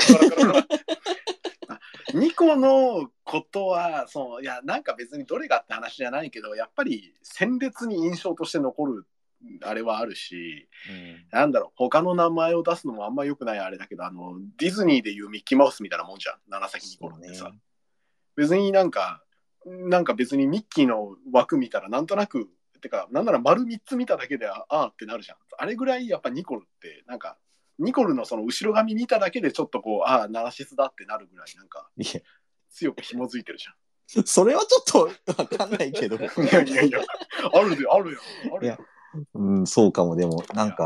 ニコのことはそう、いやなんか別にどれがって話じゃないけど、やっぱり鮮烈に印象として残るあれはあるし、うん、なんだろう、他の名前を出すのもあんま良くないあれだけど、あのディズニーでいうミッキーマウスみたいなもんじゃん、長崎ニコルってさ、ね、別になんかなんか別にミッキーの枠見たらなんとなくてか、なんなら丸みっつ見ただけでああってなるじゃん。あれぐらいやっぱニコルってなんかニコルのその後ろ髪見ただけでちょっとこう、ああ、ナラシスだってなるぐらい、なんか、強く紐づいてるじゃん。それはちょっとわかんないけど。いやいやいや、あるで、あるよ。あるよ。 いや、うん、そうかも。でも、なんか、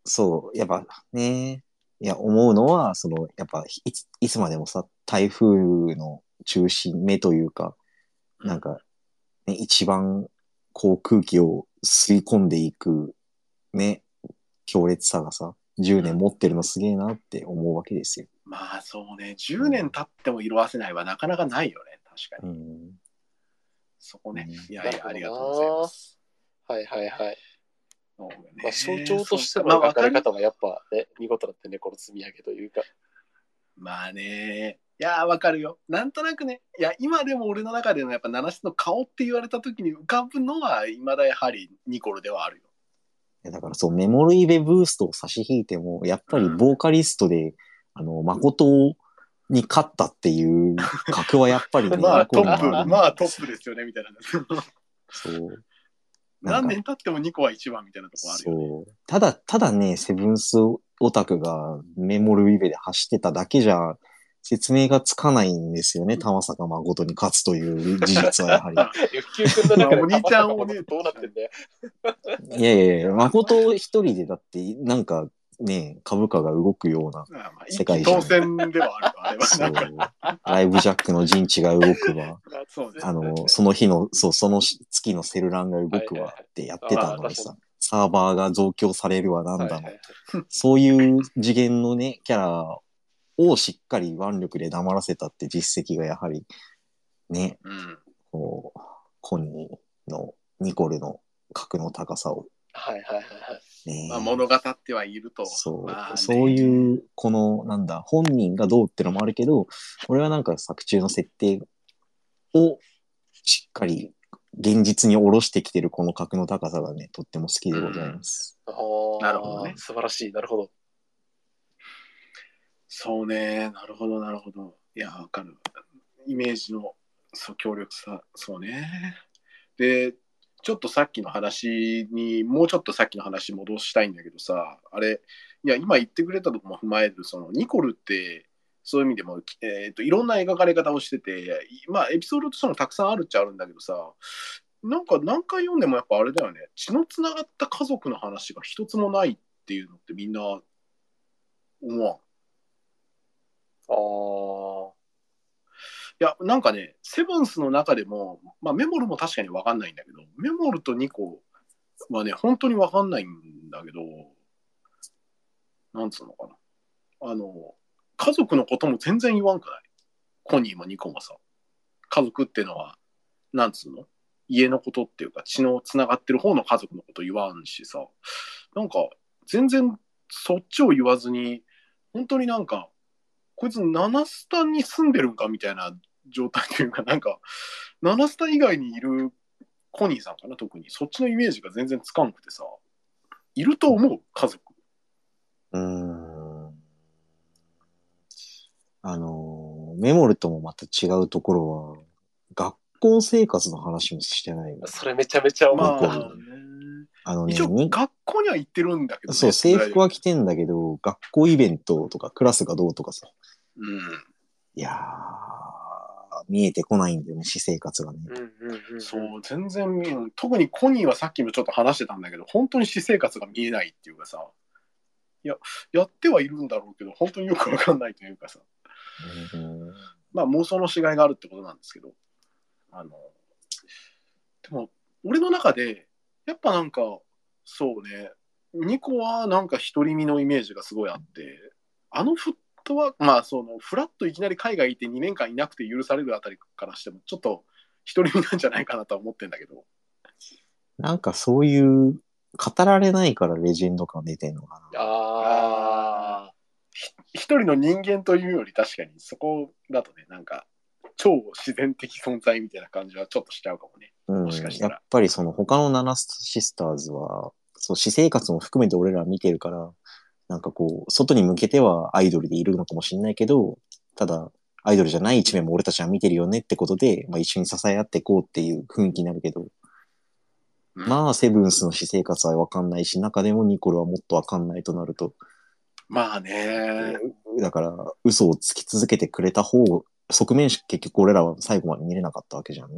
そう、やっぱね、いや、思うのは、その、やっぱいつ、いつまでもさ、台風の中心目というか、なんか、ね、一番、こう空気を吸い込んでいく、ね、強烈さがさ、じゅうねん持ってるのすげえなって思うわけですよ。 まあそうね、じゅうねん経っても色あせないはなかなかないよね、確かに。 うん、 そこね、 うんいやいや、ありがとうございます。 はいはいはい。 そうね、 まあ、象徴としてのまあ描かれ方はやっぱね、見事だってね、この積み上げというか。 まあね、いやーわかるよ。なんとなくね、いや今でも俺の中でのやっぱ七七の顔って言われた時に浮かぶのは未だやはりニコルではあるよ。 だからそう、メモリーベブーストを差し引いても、やっぱりボーカリストで、あの、誠に勝ったっていう格はやっぱりね、 まあトップ、 ニコルにあるまあトップですよねみたいな。 そう。 何年経ってもニコは一番みたいなとこあるよね。 そう。ただ、ただね、セブンスオタクがメモルウィベで走ってただけじゃ説明がつかないんですよね。玉坂誠に勝つという事実はやはり。 F 級君の中でお兄ちゃん玉坂誠どうなってんだよ。 いやいやいや、誠一人でだって、なんかね、株価が動くような世界じゃん。 当選ではあるあれは。 そう。ライブジャックの陣地が動くわ。あの、その日の、そう、その月のセルランが動くわってやってたのにさ、サーバーが増強されるわなんだの。そういう次元のね、キャラをしっかり腕力で黙らせたって実績がやはり、ね、 うん、 こう、コニーのニコルの格の高さを。 はいはいはいはい。 ね、まあ物語ってはいると。 そう、 まあね、 そういう、この、なんだ、本人がどうってのもあるけど、俺はなんか作中の設定をしっかり現実に下ろしてきてるこの格の高さがね、とっても好きでございます。 うん、 なるほどね。 素晴らしい、なるほど。 そうね、なるほど、なるほど。いや、わかる。イメージのそう強力さ、そうね。で、ちょっとさっきの話に、もうちょっとさっきの話戻したいんだけどさ、あれ、いや、今言ってくれたとこも踏まえる、その、ニコルって、そういう意味でも、えーと、いろんな描かれ方をしてて、まあ、エピソードとしてもたくさんあるっちゃあるんだけどさ、なんか何回読んでもやっぱあれだよね、血のつながった家族の話が一つもないっていうのってみんな思わん。 ああ。 いや、なんかね、セブンスの中でも、まあ、メモルも確かに分かんないんだけど、メモルとニコはね、本当に分かんないんだけど、なんつうのかな。あの、家族のことも全然言わんくない？コニーもニコもさ。家族っていうのは、なんつうの？家のことっていうか、血のつながってる方の家族のこと言わんしさ、なんか、全然そっちを言わずに、本当になんか、こいつナナスタに住んでるんかみたいな状態というか、なんか、ナナスタ以外にいるコニーさんかな、特に。そっちのイメージが全然つかんくてさ、いると思う家族。 うーん。あの、メモルともまた違うところは、学校生活の話もしてないよ。 それめちゃめちゃ思った。まあ、 あのね、 一応学校には行ってるんだけどね。 そう、制服は着てんだけど、学校イベントとかクラスがどうとかさ。 うん。 いやー、見えてこないんだよね、私生活がね。 うんうんうん、 そう、全然見えない。特にコニーはさっきもちょっと話してたんだけど、本当に私生活が見えないっていうかさ、いや、やってはいるんだろうけど、本当によくわかんないというかさ。うん、まあ妄想のしがいがあるってことなんですけど、あの、でも、俺の中で、やっぱなんか、そうね、ニコはなんか独り身のイメージがすごいあって、あのフットワーク、まあその、フラッといきなり海外行ってにねんかんいなくて許されるあたりからしても、ちょっと独り身なんじゃないかなとは思ってんだけど。 なんかそういう、語られないからレジェンド感出てんのかな。 ああ。一人の人間というより確かにそこだとね、なんか、超自然的存在みたいな感じはちょっとしちゃうかもね。 うん、 もしかしたら。 やっぱりその他のナナシスターズは、そう、私生活も含めて俺ら見てるから、なんかこう、外に向けてはアイドルでいるのかもしれないけど、ただ、アイドルじゃない一面も俺たちは見てるよねってことで、まあ一緒に支え合っていこうっていう雰囲気になるけど、うん、まあ、セブンスの私生活はわかんないし、中でもニコルはもっとわかんないとなると。 まあね。 だから、嘘をつき続けてくれた方、側面し結局俺らは最後まで見れなかったわけじゃんね。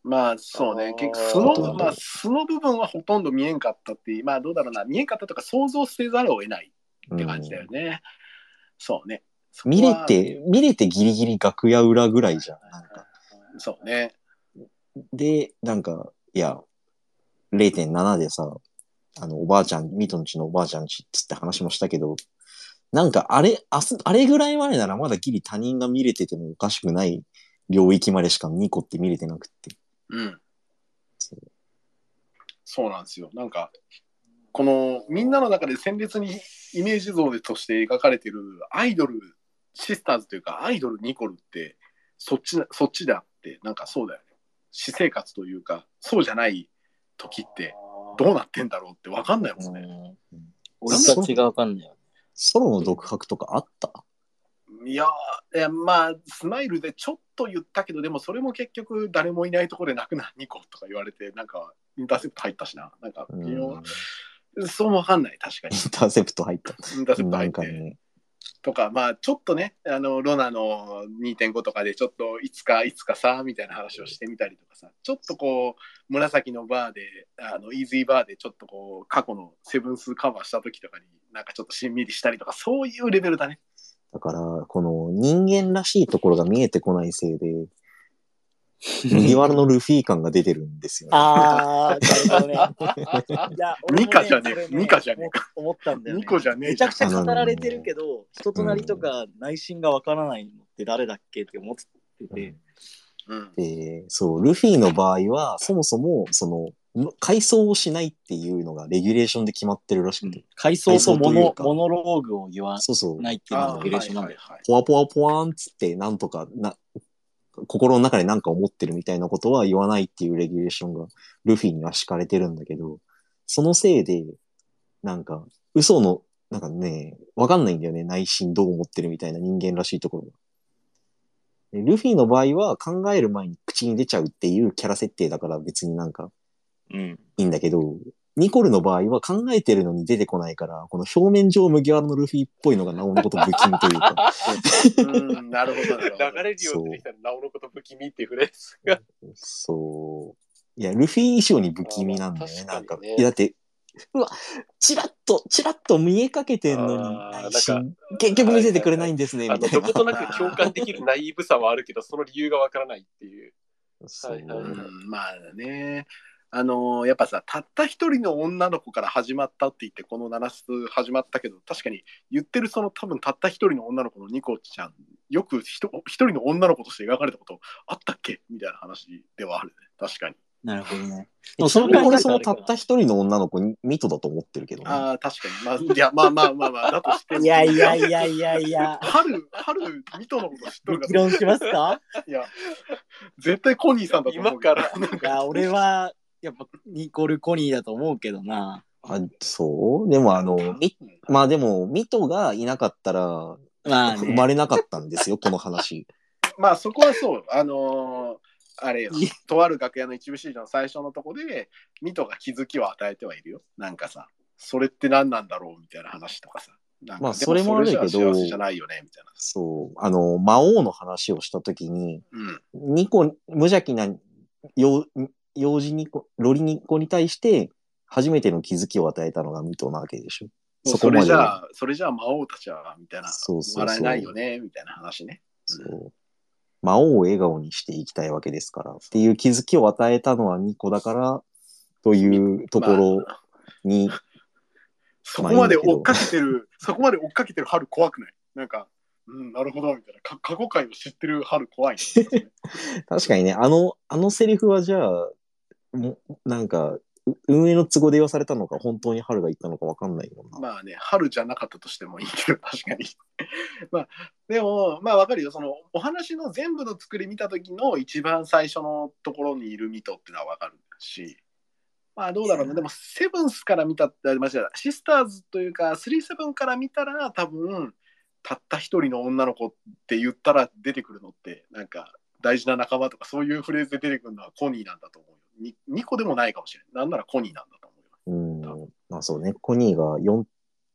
まあそうね、結構素の、まあ、素の部分はほとんど見えんかったっていう、まあどうだろうな、見えんかったとか想像せざるを得ないって感じだよね。うん、そうね。 見れて、見れてギリギリ楽屋裏ぐらいじゃん。なんか。 そうね。 で、なんか、いや、れいてんなな でさ、あの、おばあちゃん、ミトのちのおばあちゃんちっつって話もしたけど、なんかあれ、あす、あれぐらい前ならまだギリ他人が見れててもおかしくない領域までしかニコって見れてなくって。 うん。そう、そうなんですよ。なんか、このみんなの中で鮮烈にイメージ像でとして描かれてるアイドル、シスターズというかアイドルニコルってそっち、そっちであって、なんかそうだよね。私生活というか、そうじゃない時ってどうなってんだろうって分かんないもんね。 俺たちが分かんないよね。 ソロの独白とかあった？ いや、いやまあスマイルでちょっと言ったけど、でもそれも結局誰もいないところで泣くなニコとか言われて、なんかインターセプト入ったしな、なんか微妙、そうもわかんない。確かにインターセプト入った。 インターセプト入って、ね、とかまあちょっとね、あのロナの にてんご とかでちょっといつかいつかさみたいな話をしてみたりとかさ、ちょっとこう紫のバーで、あのイージーバーでちょっとこう過去のセブンスカバーした時とかになんかちょっとしんみりしたりとか、そういうレベルだね。 だからこの人間らしいところが見えてこないせいで麦わらのルフィ感が出てるんですよね。 あー、なるほどね。いや、俺もね、 ニカじゃねえ、ニカじゃねえか。 思ったんだよね。 ニコじゃねえ。 めちゃくちゃ語られてるけど、人となりとか内心がわからないのって誰だっけって思ってて。 うん、で、そう、ルフィの場合は、そもそも、その、回想をしないっていうのがレギュレーションで決まってるらしくて。うん、 回想とモノモノローグを言わないっていうのがレギュレーションなんだよ。 ポワポワポワンつって、なんとかな、心の中で何か思ってるみたいなことは言わないっていうレギュレーションがルフィには敷かれてるんだけど、そのせいで、なんか、嘘の、なんかね、わかんないんだよね。内心どう思ってるみたいな人間らしいところが。ルフィの場合は考える前に口に出ちゃうっていうキャラ設定だから別になんか、いいんだけど、うん、ニコルの場合は考えてるのに出てこないから、この表面上麦わらのルフィっぽいのがなおのこと不気味というか。 うん、なるほど。 流れるように出てきたらなおのこと不気味っていうフレーズが。 そう。いや、ルフィ以上に不気味なんだよね。なんか、いやだって、うわ、チラッと、チラッと見えかけてんのに、内心、結局見せてくれないんですね、みたいな。 どことなく共感できるナイーブさはあるけど、その理由がわからないっていう。 はいはいはい、うん、まあね。あのー、やっぱさ、たった一人の女の子から始まったって言って、このなな室始まったけど、確かに言ってるその多分たった一人の女の子のニコちゃん、よく一人の女の子として描かれたことあったっけみたいな話ではあるね。確かに。 なるほどね。 でもそれ俺そのたった一人の女の子にミトだと思ってるけどね。 ああ、確かに。まあ、いや、まあまあまあまあ、だとしていやいやいやいやいや。 春、春、ミトのこと知っとるか議論しますか？ いや、絶対コニーさんだと思う。 今から。 いや、俺は、やっぱニコル・コニーだと思うけどな。 あ、そうでもあの、み、まあでも、ミトがいなかったら、まあね、生まれなかったんですよ、この話。 まあそこはそう。あのー、あれよ、とある楽屋の一部シーズンの最初のとこで、ミトが気づきを与えてはいるよ。なんかさ、それって何なんだろうみたいな話とかさ。なんかまあそれもあるけど、 幸せじゃないよねみたいな。 そう、あの、魔王の話をしたときに、うん、ニコ、無邪気な幼幼児ニコ、ロリニコに対して、初めての気づきを与えたのがミトなわけでしょ。 そこまで。それじゃあ、それじゃあ魔王たちは、みたいな。 そうそうそう。 笑えないよね、みたいな話ね。 そう。魔王を笑顔にしていきたいわけですから。っていう気づきを与えたのはニコだから、というところに。まあ、 そこまで追っかけてる、そこまで追っかけてる春怖くない？なんか、うん、なるほど、みたいな。か過去回を知ってる春怖い、ね。 確かにね、あの、あのセリフはじゃあ、もなんか、運営の都合で言わされたのか、本当に春が言ったのか分かんないよな。 まあね、春じゃなかったとしてもいいけど、確かに。まあ、でも、まあ分かるよ。その、お話の全部の作り見た時の一番最初のところにいるミトっていうのは分かるし、まあどうだろうね。でも、セブンスから見たって、間違えた。シスターズというか、スリーセブンから見たら、多分、たった一人の女の子って言ったら出てくるのって、なんか、大事な仲間とかそういうフレーズで出てくるのはコニーなんだと思うよ。ににこでもないかもしれない。なんならコニーなんだと思うよ。 うん。まあそうね。コニーがよん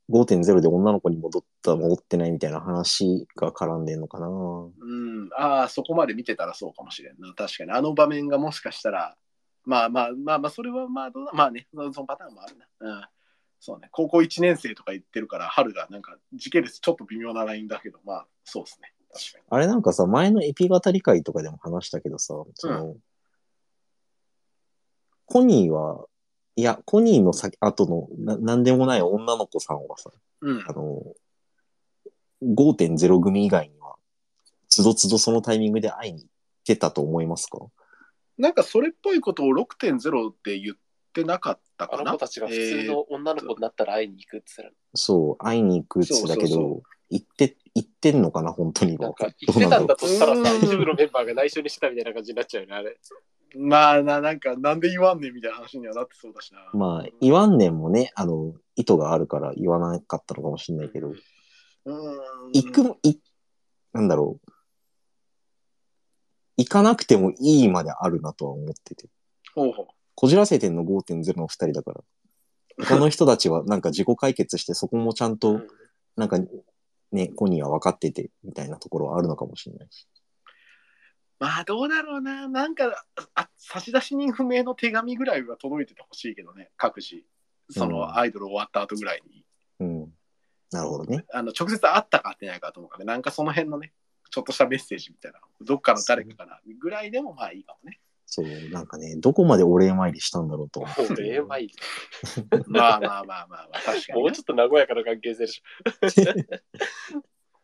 ごてんゼロ で女の子に戻った、戻ってないみたいな話が絡んでんのかな。 うん。ああ、そこまで見てたらそうかもしれんな。確かに。あの場面がもしかしたら、まあまあまあまあ、それはまあどうだ。まあね、そのパターンもあるな。うん。そうね。高校いちねん生とか言ってるから、春がなんか時系列ちょっと微妙なラインだけど、まあ、そうですね。確かに。 あれなんかさ、前のエピ語り会とかでも話したけどさ、その、うん、コニーは、いや、コニーの先後のな、なんでもない女の子さんはさ、 うん、 あの、ごてんゼロ 組以外には、つどつどそのタイミングで会いに行ってたと思いますか？ なんかそれっぽいことを ろくてんゼロ って言ってなかったかな。 あの子たちが普通の女の子になったら会いに行くって言ってた、 えー、そう、会いに行くって言ってたけど、そうそうそう、行って、行ってんのかな、本当には。 なんか行ってたんだとしたらさ、一部のメンバーが内緒にしてたみたいな感じになっちゃうよね、あれ。 まあな、なんか、なんで言わんねんみたいな話にはなってそうだしな。 まあ、言わんねんもね、あの、意図があるから言わなかったのかもしれないけど、 うん、 行く、い、なんだろう。行かなくてもいいまであるなとは思ってて。 ほうほう。 こじらせてんの ごてんゼロ のふたりだから。他の人たちはなんか自己解決してそこもちゃんと、なんかね、コニーは分かっててみたいなところはあるのかもしれないし。 まあどうだろうな。なんかあ差出人不明の手紙ぐらいは届いててほしいけどね。各自。そのアイドル終わった後ぐらいに。 うん。うん、なるほどね。 あの直接会ったか会ってないかと思うから、なんかその辺のね、ちょっとしたメッセージみたいな。どっかの誰かからぐらいでもまあいいかもね。 そう、なんかね、どこまでお礼参りしたんだろうと思って。 お礼参りまあまあまあまあまあ、確かに。 もうちょっと和やかな関係性でしょ。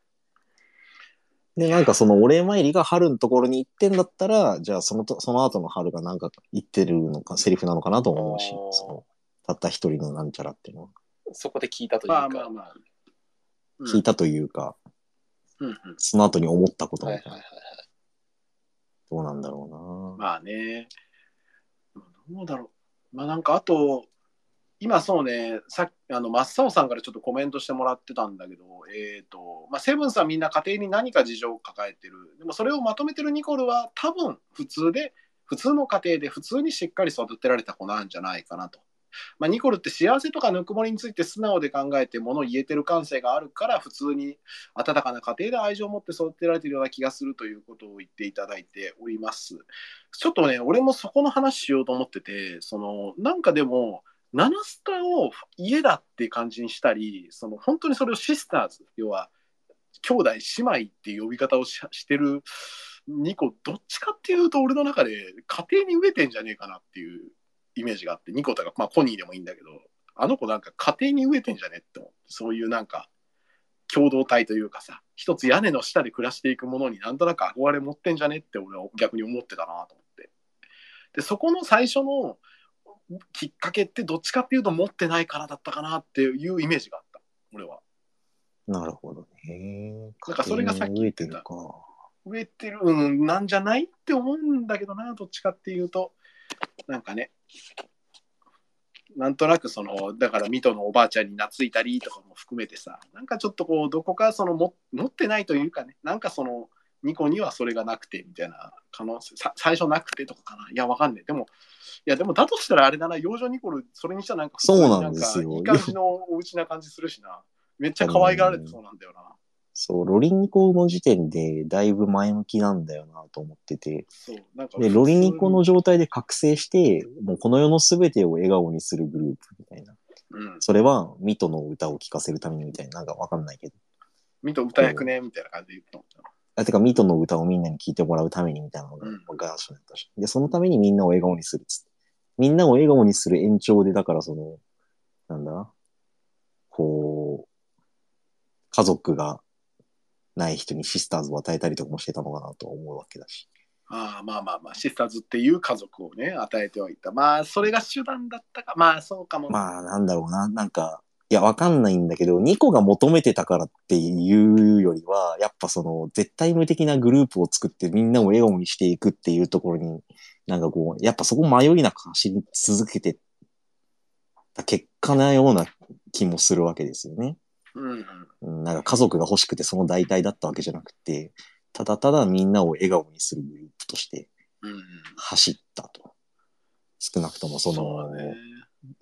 で、なんかそのお礼参りが春のところに行ってんだったら、じゃあそのと、その後の春がなんか言ってるのか、セリフなのかなと思うし、その、たった一人のなんちゃらっていうのは。 そこで聞いたというか。まあまあまあ。 うん、聞いたというか、 うんうん、 その後に思ったことみたいな。 はいはいはいはい、 どうなんだろうな。まあね。どうだろう。まあなんかあと、今そうね、さっき、あの、真っ青さんからちょっとコメントしてもらってたんだけど、えっ、ー、と、まあ、セブンさんみんな家庭に何か事情を抱えてる。でもそれをまとめてるニコルは多分普通で、普通の家庭で普通にしっかり育てられた子なんじゃないかなと。まあ、ニコルって幸せとかぬくもりについて素直で考えてものを言えてる感性があるから普通に温かな家庭で愛情を持って育てられているような気がするということを言っていただいております。ちょっとね、俺もそこの話しようと思ってて、そのなんかでもナナスタを家だって感じにしたり、その本当にそれをシスターズ、要は兄弟姉妹っていう呼び方を し, してるニコ、どっちかっていうと俺の中で家庭に飢えてんじゃねえかなっていうイメージがあって、ニコとか、まあ、コニーでもいいんだけど、あの子なんか家庭に飢えてんじゃねって思って、そういうなんか共同体というかさ、一つ屋根の下で暮らしていくものになんとなく憧れ持ってんじゃねって俺は逆に思ってたなと思って。で、そこの最初のきっかけってどっちかっていうと持ってないからだったかなっていうイメージがあった、俺は。 なるほどね。 なんかそれがさっき言ってた。植えてる、うん、なんじゃないって思うんだけどな、どっちかっていうと。なんかね、なんとなくその、だから水戸のおばあちゃんに懐いたりとかも含めてさ、なんかちょっとこう、どこかそのも持ってないというかね、なんかその、ニコにはそれがなくてみたいな可能性、最初なくてとかかな。いや、わかんない。でも、いや、でもだとしたらあれだな、幼女ニコル、それにしたらなんか普通になんかいい感じのお家な感じするしな。めっちゃ可愛がられてそうなんだよな。 そう、ロリニコの時点でだいぶ前向きなんだよなと思ってて。そうなんかで、ロリニコの状態で覚醒して、もうこの世の全てを笑顔にするグループみたいな。うん、それはミトの歌を聴かせるためにみたいな、なんかわかんないけど。 ミト歌役ねみたいな感じで言ったもんな。 あ、てかミトの歌をみんなに聴いてもらうためにみたいなのが、ガーションだったし。で、そのためにみんなを笑顔にするっつって。みんなを笑顔にする延長で、だからその、なんだこう、家族がない人にシスターズを与えたりとかもしてたのかなと思うわけだし。 ああ、まあまあまあ、シスターズっていう家族をね、与えておいた。まあ、それが手段だったか。まあ、そうかも。 まあ、なんだろうな。なんか、いや、わかんないんだけど、ニコが求めてたからっていうよりは、やっぱその、絶対無敵なグループを作ってみんなを笑顔にしていくっていうところに、なんかこう、やっぱそこ迷いなく走り続けてた結果なような気もするわけですよね。うんうん、なんか家族が欲しくてその代替だったわけじゃなくて、ただただみんなを笑顔にするグループとして走ったと。少なくともその、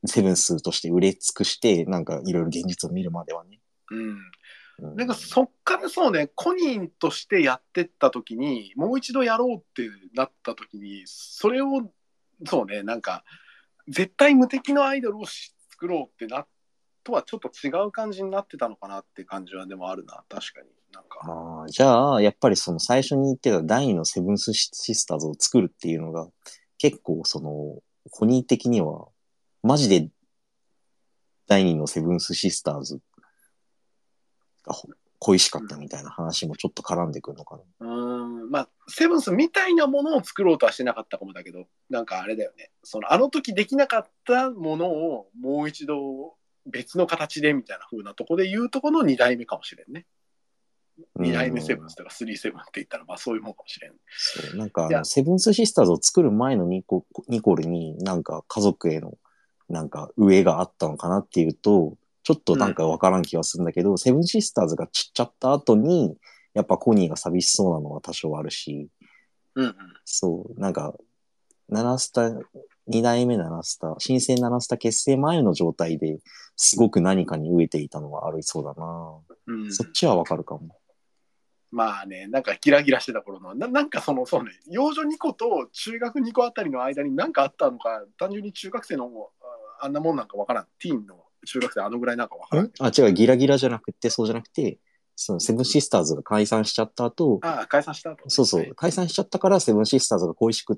セブンスとして売れ尽くして、なんかいろいろ現実を見るまではね。 うん。なんかそっからそうね、コニーとしてやってった時に、もう一度やろうってなった時に、それを、そうね、なんか、絶対無敵のアイドルを作ろうってなとはちょっと違う感じになってたのかなって感じはでもあるな、確かに。なんかあじゃあ、やっぱりその最初に言ってた第二のセブンスシスターズを作るっていうのが、結構その、コニー的には、マジで第二のセブンスシスターズが恋しかったみたいな話もちょっと絡んでくるのかな。 うん、まあ、セブンスみたいなものを作ろうとはしてなかったかもだけど、なんかあれだよね。そのあの時できなかったものをもう一度別の形でみたいな風なとこで言うとこのに代目かもしれんね。に代目セブンスとかスリーセブンって言ったらまあそういうもんかもしれん。 そう、なんかあのセブンスシスターズを作る前のニコニコルになんか家族へのなんか上があったのかなっていうと、ちょっとなんかわからん気はするんだけど、うん、セブンシスターズが散っちゃった後に、やっぱコニーが寂しそうなのは多少あるし、 うんうん、 そう、なんか、ナナスタ、に代目ナナスタ、新生ナナスタ結成前の状態ですごく何かに飢えていたのはありそうだな、うん、そっちはわかるかも。 まあね、なんかギラギラしてた頃の、な, なんかその、そうね、幼女にこと中学にこあたりの間に何かあったのか、単純に中学生のあんなもんなんかわからん。ティーンの中学生あのぐらいなんかわからん。 あ、違う、ギラギラじゃなくて、そうじゃなくて、そのセブンシスターズが解散しちゃった後、 ああ、解散した後、ね。 そうそう、解散しちゃったからセブンシスターズが恋しくって、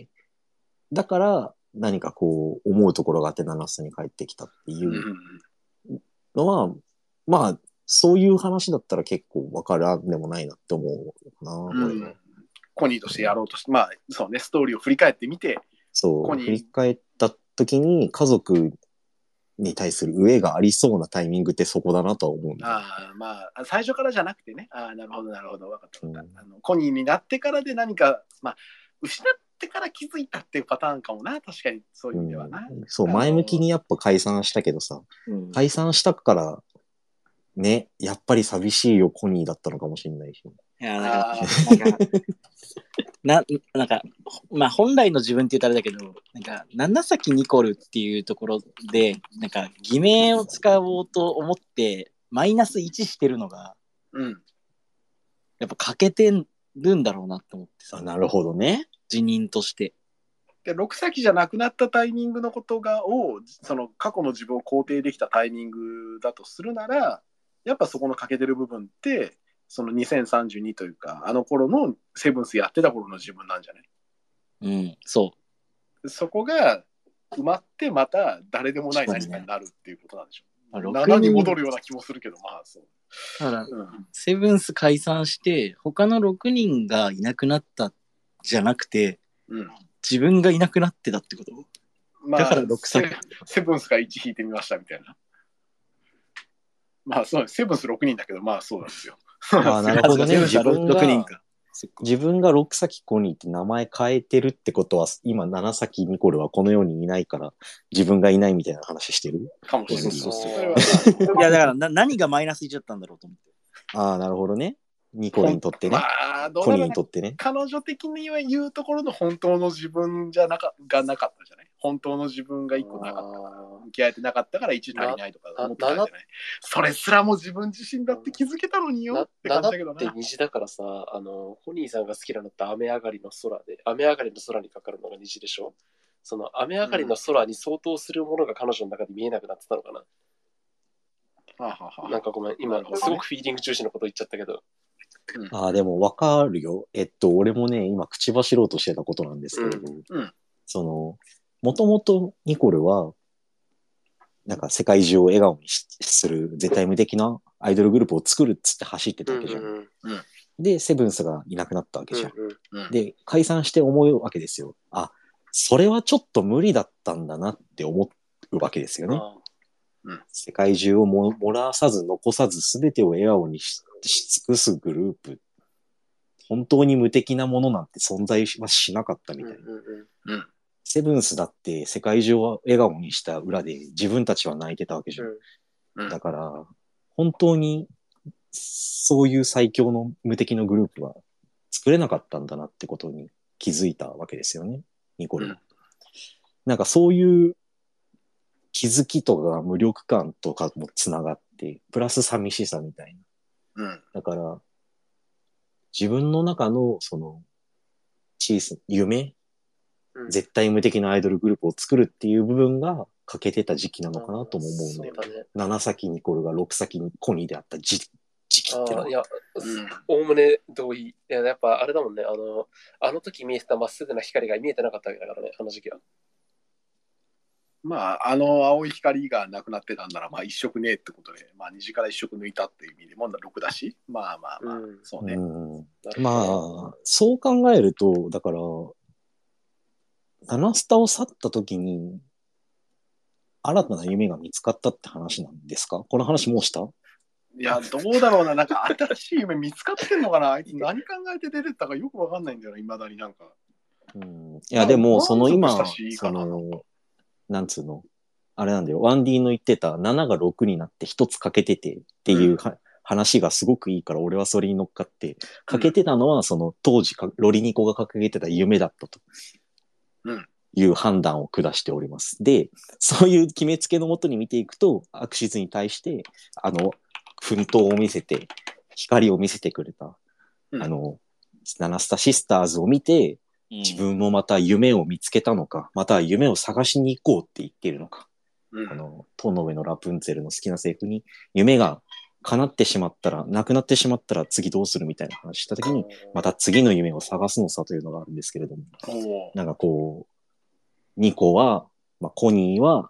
だから何かこう思うところがあってナナスに帰ってきたっていうのは、うん、まあ、そういう話だったら結構わからんでもないなって思うな、うん、 俺は。コニーとしてやろうとして、まあ、そうね、ストーリーを振り返ってみて、 そう、振り返った時に家族に対する飢えがありそうなタイミングってそこだなとは思うんだ。 ああ、まあ、最初からじゃなくてね。ああ、なるほど、なるほど、分かった、分かった、うん。あのコニーになってからで何か、まあ、失ってから気づいたっていうパターンかもな、確かにそういう意味ではな。 うん、そう、前向きにやっぱ解散したけどさ、うん、解散したから、ね、やっぱり寂しいよ、コニーだったのかもしれないし。 いや、なんか、なんか、な、なんか、まあ本来の自分って言ったらあれだけど、なんか、七崎ニコルっていうところで、なんか、偽名を使おうと思って、マイナスいちしてるのが、 うん。 やっぱ欠けてるんだろうなと思ってさ。 なるほどね。 辞任として。 で、六崎じゃなくなったタイミングのことが、を、その過去の自分を肯定できたタイミングだとするなら、やっぱそこの欠けてる部分って、そのにせんさんじゅうにというか、あの頃のセブンスやってた頃の自分なんじゃない？ うん、そう。 そこが埋まってまた誰でもない何かになるっていうことなんでしょう。ななに戻るような気もするけど、まあそう。 だから、うん、セブンス解散して、他のろくにんがいなくなったじゃなくて、うん、自分がいなくなってたってこと、 まあ、だからろく作セブンスがいち引いてみましたみたいな。まあそう、セブンスろくにんだけど、まあそうなんですよ。 ああ、なるほどね。自分がろくにんか。自分がろく崎コニーって名前変えてるってことは、今なな崎ニコルはこの世にいないから、自分がいないみたいな話してるかもしれない。そうそうそう。いや、だからな何がマイナスいっちゃったんだろうと思って。 ああ、なるほどね。ニコルにとってね。まあ、どうコニーにとってね。 彼女的には言うところの本当の自分じゃなかがなかったじゃない。本当の自分がいっこなかったから、向き合えてなかったからいち足りないとか思ってたんじゃない。それすらも自分自身だって気づけたのによって感じだけどな。 ななって虹だからさ、あの、コニーさんが好きなのって雨上がりの空で、雨上がりの空にかかるのが虹でしょ。その雨上がりの空に相当するものが彼女の中で見えなくなってたのかな。 はあはあ、 なんかごめん、今すごくフィーリング重視のこと言っちゃったけど。 うん、ああ、でもわかるよ。えっと、俺もね、今口走ろうとしてたことなんですけれど、うんうん、その、もともとニコルは、なんか世界中を笑顔にする絶対無敵なアイドルグループを作るっつって走ってたわけじゃん。うんうんうん、で、セブンスがいなくなったわけじゃん。うんうん、で、解散して思うわけですよ。あ、それはちょっと無理だったんだなって思うわけですよね。うん、世界中をも漏らさず残さず全てを笑顔に し, し尽くすグループ。本当に無敵なものなんて存在はしなかったみたいな。うんうんうん、セブンスだって世界中を笑顔にした裏で自分たちは泣いてたわけじゃん。うん、だから、本当にそういう最強の無敵のグループは作れなかったんだなってことに気づいたわけですよね、ニコルは。うん、なんかそういう気づきとか無力感とかもつながって、プラス寂しさみたいな。 うん。 だから、自分の中の、その、小さな夢、 うん、 絶対無敵のアイドルグループを作るっていう部分が欠けてた時期なのかなとも思うんだよ。 そうだね。 なな咲ニコルがろく咲コニーであった時時期ってのは。 あいや、おおむね同意。いや、やっぱあれだもんね。あの、あの時見えてたまっすぐな光が見えてなかったわけだからね、あの時期は。 まあ、あの青い光がなくなってたんなら、まあ一色ねえってことで、まあ虹から一色抜いたっていう意味でもろくだし、まあまあまあ、 うん、 そうね。 うん、まあ、そう考えると、だから、ナナスタを去った時に、新たな夢が見つかったって話なんですか？この話もうした？ いや、どうだろうな、なんか新しい夢見つかってんのかな。あいつ何考えて出てったかよくわかんないんだよな、いまだになんか。 うん、いや、でも、その今、 その、なんつうの、あれなんだよ、ワンディの言ってたなながろくになってひとつ欠けててっていう、うん、話がすごくいいから、俺はそれに乗っかって、欠けてたのは、その当時か、ロリニコが掲げてた夢だったと。 うんいう判断を下しております。で、そういう決めつけのもとに見ていくと、アクシズに対して、あの、奮闘を見せて、光を見せてくれた、うん、あの、ナナスタシスターズを見て、自分もまた夢を見つけたのか、または夢を探しに行こうって言っているのか。うん、あの、塔の上のラプンツェルの好きなセリフに、夢が叶ってしまったら、なくなってしまったら次どうするみたいな話したときに、また次の夢を探すのさというのがあるんですけれども、なんかこう、ニコは、まあ、コニーは、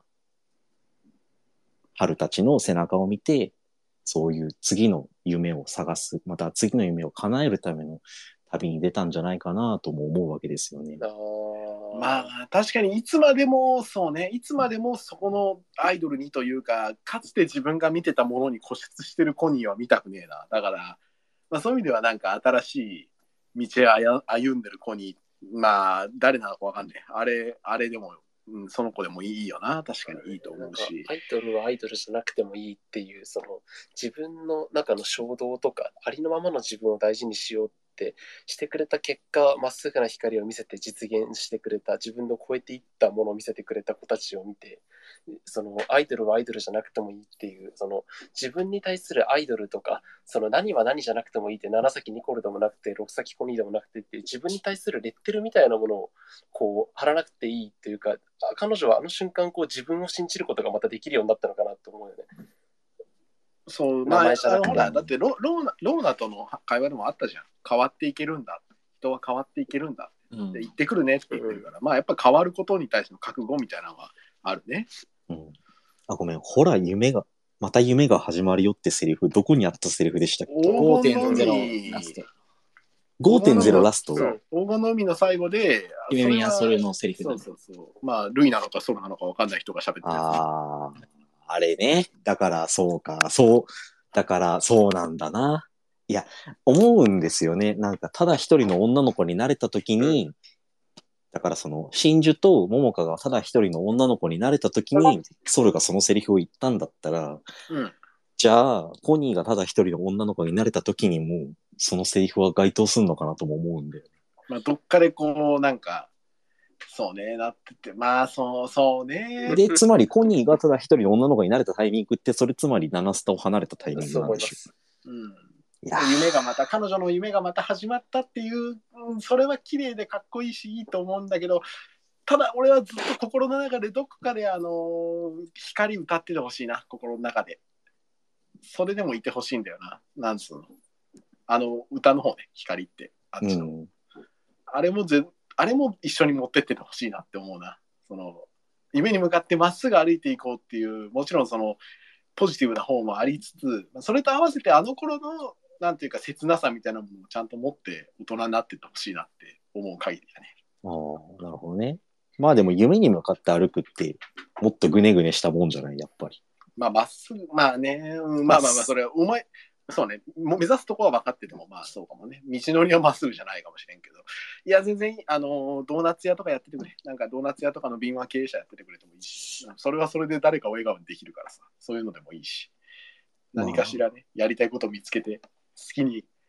春たちの背中を見て、そういう次の夢を探す、また次の夢を叶えるための旅に出たんじゃないかなとも思うわけですよね。 あまあ、確かにいつまでも、そうね、いつまでもそこのアイドルにというか、かつて自分が見てたものに固執してるコニーは見たくねえな。だから、まあ、そういう意味ではなんか新しい道を歩んでるコニー、まあ、誰なのかわかんない。あれ、あれでも、うん、その子でもいいよな。確かにいいと思うし。 アイドルはアイドルじゃなくてもいいっていう、その自分の中の衝動とか、ありのままの自分を大事にしようってしてくれた結果、まっすぐな光を見せて実現してくれた、自分の超えていったものを見せてくれた子たちを見て、そのアイドルはアイドルじゃなくてもいいっていう、その自分に対するアイドルとか、その何は何じゃなくてもいいって、七崎ニコルでもなくて、六崎コニーでもなくてっていう、自分に対するレッテルみたいなものをこう貼らなくていいっていうか、彼女はあの瞬間こう自分を信じることがまたできるようになったのかなって思うよね。 そう、まあ、あのほら、だってロローナ、ローナとの会話でもあったじゃん。変わっていけるんだ。人は変わっていけるんだ。うん、で行ってくるねって言ってるから、うん、まあやっぱ変わることに対しての覚悟みたいなのはあるね。 うん、あ、ごめん、ほら、夢が、また夢が始まるよってセリフ、どこにあったセリフでしたっけ？ ごてんゼロ ラスト。 ごてんゼロ ラスト。 黄金の海の最後で、 夢見やそれのセリフだ、ね。 そうそうそう。まあ、ルイなのかソロなのか分かんない人が喋ってるやつ。 ああ、あれね。だから、そうか、そう。だから、そうなんだな。いや、思うんですよね。なんか、ただ一人の女の子になれたときに、うん、だからその、真珠と桃香がただ一人の女の子になれたときに、ソルがそのセリフを言ったんだったら、 うん、 じゃあ、コニーがただ一人の女の子になれたときにも、そのセリフは該当するのかなとも思うんだよね。 まあ、どっかでこう、なんか、そうね、なってて、まあ、そう、そうね。 で、つまりコニーがただ一人の女の子になれたタイミングって、それつまりナナスタを離れたタイミングなんでしょう。うん。夢がまた、彼女の夢がまた始まったっていう、うん、それは綺麗でかっこいいし、いいと思うんだけど、ただ俺はずっと心の中でどこかで、あのー、光歌っててほしいな、心の中で。それでもいてほしいんだよな。なんつうの。あの、歌の方ね、光って。あっちの。うん、あれもぜ、あれも一緒に持ってっててほしいなって思うな。その、夢に向かってまっすぐ歩いていこうっていう、もちろんその、ポジティブな方もありつつ、それと合わせてあの頃の、なんていうか切なさみたいなものをちゃんと持って大人になってってほしいなって思う限りだね。 ああ、なるほどね。まあでも夢に向かって歩くってもっとグネグネしたもんじゃない、やっぱり。 まあまっすぐ、まあね、うん、まあまあまあ、それはお前、そうね、もう目指すとこは分かっててもまあそうかもね。道のりはまっすぐじゃないかもしれんけど。いや、全然、あの、ドーナツ屋とかやっててくれ。なんかドーナツ屋とかの敏腕経営者やっててくれてもいいし、それはそれで誰かを笑顔にできるからさ、そういうのでもいいし。何かしらね、やりたいことを見つけて、好きに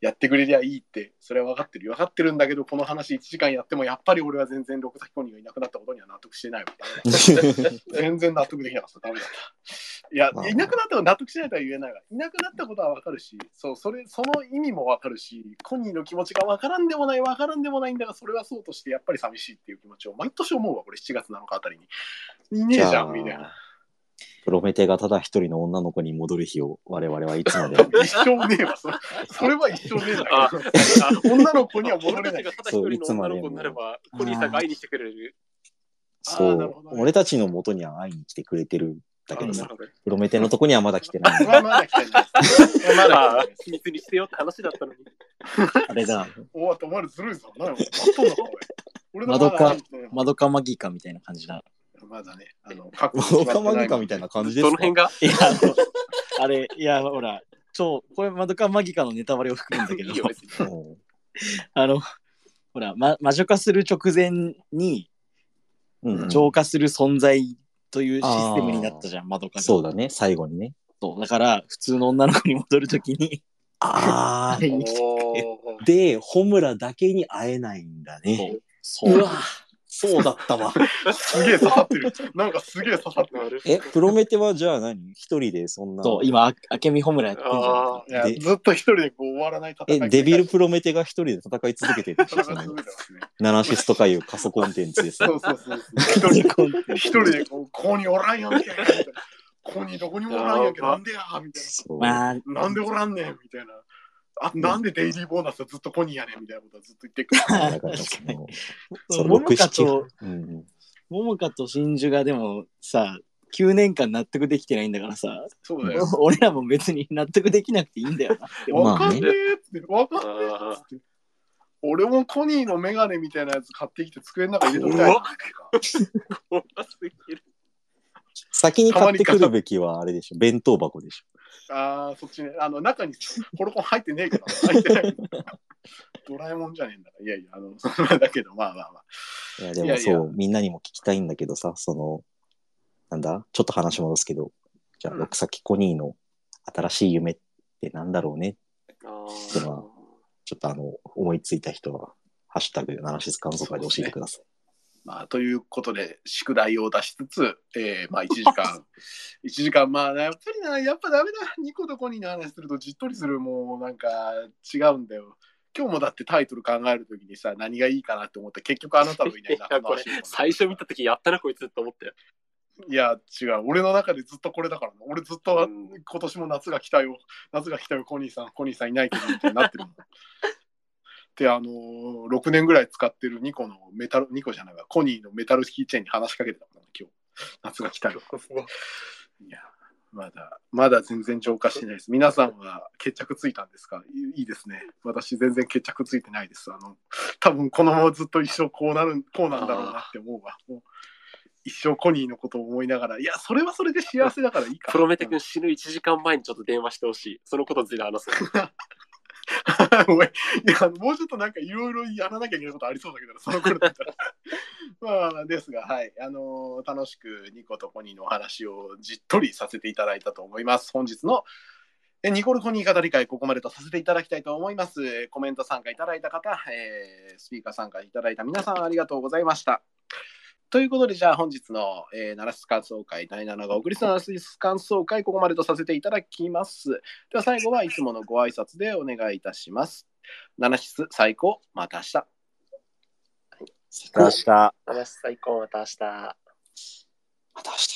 やってくれりゃいいって、それは分かってる分かってるんだけど、この話いちじかんやってもやっぱり俺は全然六崎コニーがいなくなったことには納得してないわ。全然納得できなかった。ダメだった。いや、まあ、いなくなったこと納得しないとは言えないが、いなくなったことは分かるし、そう、それ、その意味も分かるし、コニーの気持ちが分からんでもない分からんでもないんだが、それはそうとしてやっぱり寂しいっていう気持ちを毎年思うわ、これしちがつなのかあたりに。いねえじゃんみたいな。 プロメテがただ一人の女の子に戻る日を我々はいつまで一生ねえわ、それ。それは一生ねえんだけど。女の子には戻れない。 そう、いつまでも。コニーさんが会いに来てくれる。 そう、ね、俺たちの元には会いに来てくれてるんだけどさ、プロメテのとこにはまだ来てない。 まだ来てない。 まだ秘密にしてよって話だったのに。 あれだ。 おわってお前らずるいぞ。何よ。 まどか、まどかマギカみたいな感じだ。 まだね、あの、 過去のマドカマギカみたいな感じですか。 どの辺がいや、あれ、いや、ほら、超、これマドカマギカのネタバレを含むんだけど、いいよあの、ほら、ま、魔女化する直前に、うん、浄化する存在というシステムになったじゃん、マドカが。 そうだね、最後にね。 そう、だから、普通の女の子に戻るときに、 ああ、で、ホムラだけに会えないんだね。 そう。うわそうだったわ。 すげえ刺さってる。なんかすげえ刺さってる。 え、プロメテはじゃあ何一人でそんな。 そう、今、あけみホムラやってんじゃん。 いやずっと一人でこう終わらない戦い。 え、デビルプロメテが一人で戦い続けてるんですよね。ナナシスとかいう過疎コンテンツです。 そうそうそう。一人で、一人でこう、ここにおらんよみたいな。ここにどこにもおらんやんけど、なんでやみたいな。なんでおらんねんみたいな。あ、なんでデイリーボーナスはずっとコニーやねんみたいなことはずっと言ってくる。 そのモモカと、うん、モモカと真珠がでもさ、きゅうねんかん納得できてないんだからさ、 そうだよ。 俺らも別に納得できなくていいんだよな。 わかんねえって、わかんねえって。俺もコニーのメガネみたいなやつ買ってきて机の中入れときたいな。 怖すぎる。 先に買ってくるべきはあれでしょ、弁当箱でしょ。 ああ、そっちね。あの、中にコロコン入ってねえけど、入ってない。ドラえもんじゃねえんだから。いやいや、あの、それだけど、まあまあまあ。 いや、でもそう、いやいやみんなにも聞きたいんだけどさ、その、なんだちょっと話戻すけど、じゃあ、六崎コニーの新しい夢ってなんだろうねっていうのは、ちょっとあの、思いついた人は、ハッシュタグ、ナナシス感想会で教えてください。 まあ、ということで、宿題を出しつつ、えー、まあ、いちじかん、いちじかん、まあ、やっぱりな、やっぱダメだ。ニコとコニーの話するとじっとりする、もう、なんか、違うんだよ。今日もだってタイトル考えるときにさ、何がいいかなって思って、結局あなたといないな。 これ、最初見たときやったな、こいつって思ったよ。 いや、違う。俺の中でずっとこれだからな。俺ずっと、今年も夏が来たよ。夏が来たよ、コニーさん。コニーさんいないけど、みたいになってるもん。で、あのー、ろくねんぐらい使ってるニコのメタル、ニコじゃないわ、コニーのメタルキーチェーンに話しかけてたから、今日。夏が来たよ。いや、まだ、まだ全然浄化してないです。皆さんは決着ついたんですか？いいですね。私全然決着ついてないです。あの、多分このままずっと一生こうなる、こうなんだろうなって思うわ。もう一生コニーのことを思いながら、いや、それはそれで幸せだからいいか。 プロメテ君死ぬいちじかんまえにちょっと電話してほしい。そのことについて話す。 ごめん。いや、もうちょっとなんかいろいろやらなきゃいけないことありそうだけど、その頃だったら。まあ、ですが、はい。あのー、楽しくニコとコニーのお話をじっとりさせていただいたと思います。本日のえニコルコニー語り会、ここまでとさせていただきたいと思います。コメント参加いただいた方、えー、スピーカー参加いただいた皆さんありがとうございました。ということで、じゃあ本日の、えー、ナラシス感想会だいなながお送りするナラシス感想会、ここまでとさせていただきます。では最後はいつものご挨拶でお願いいたします。ナラシス最高、また明日。 また明日。 ナラシス最高、また明日。 また明日。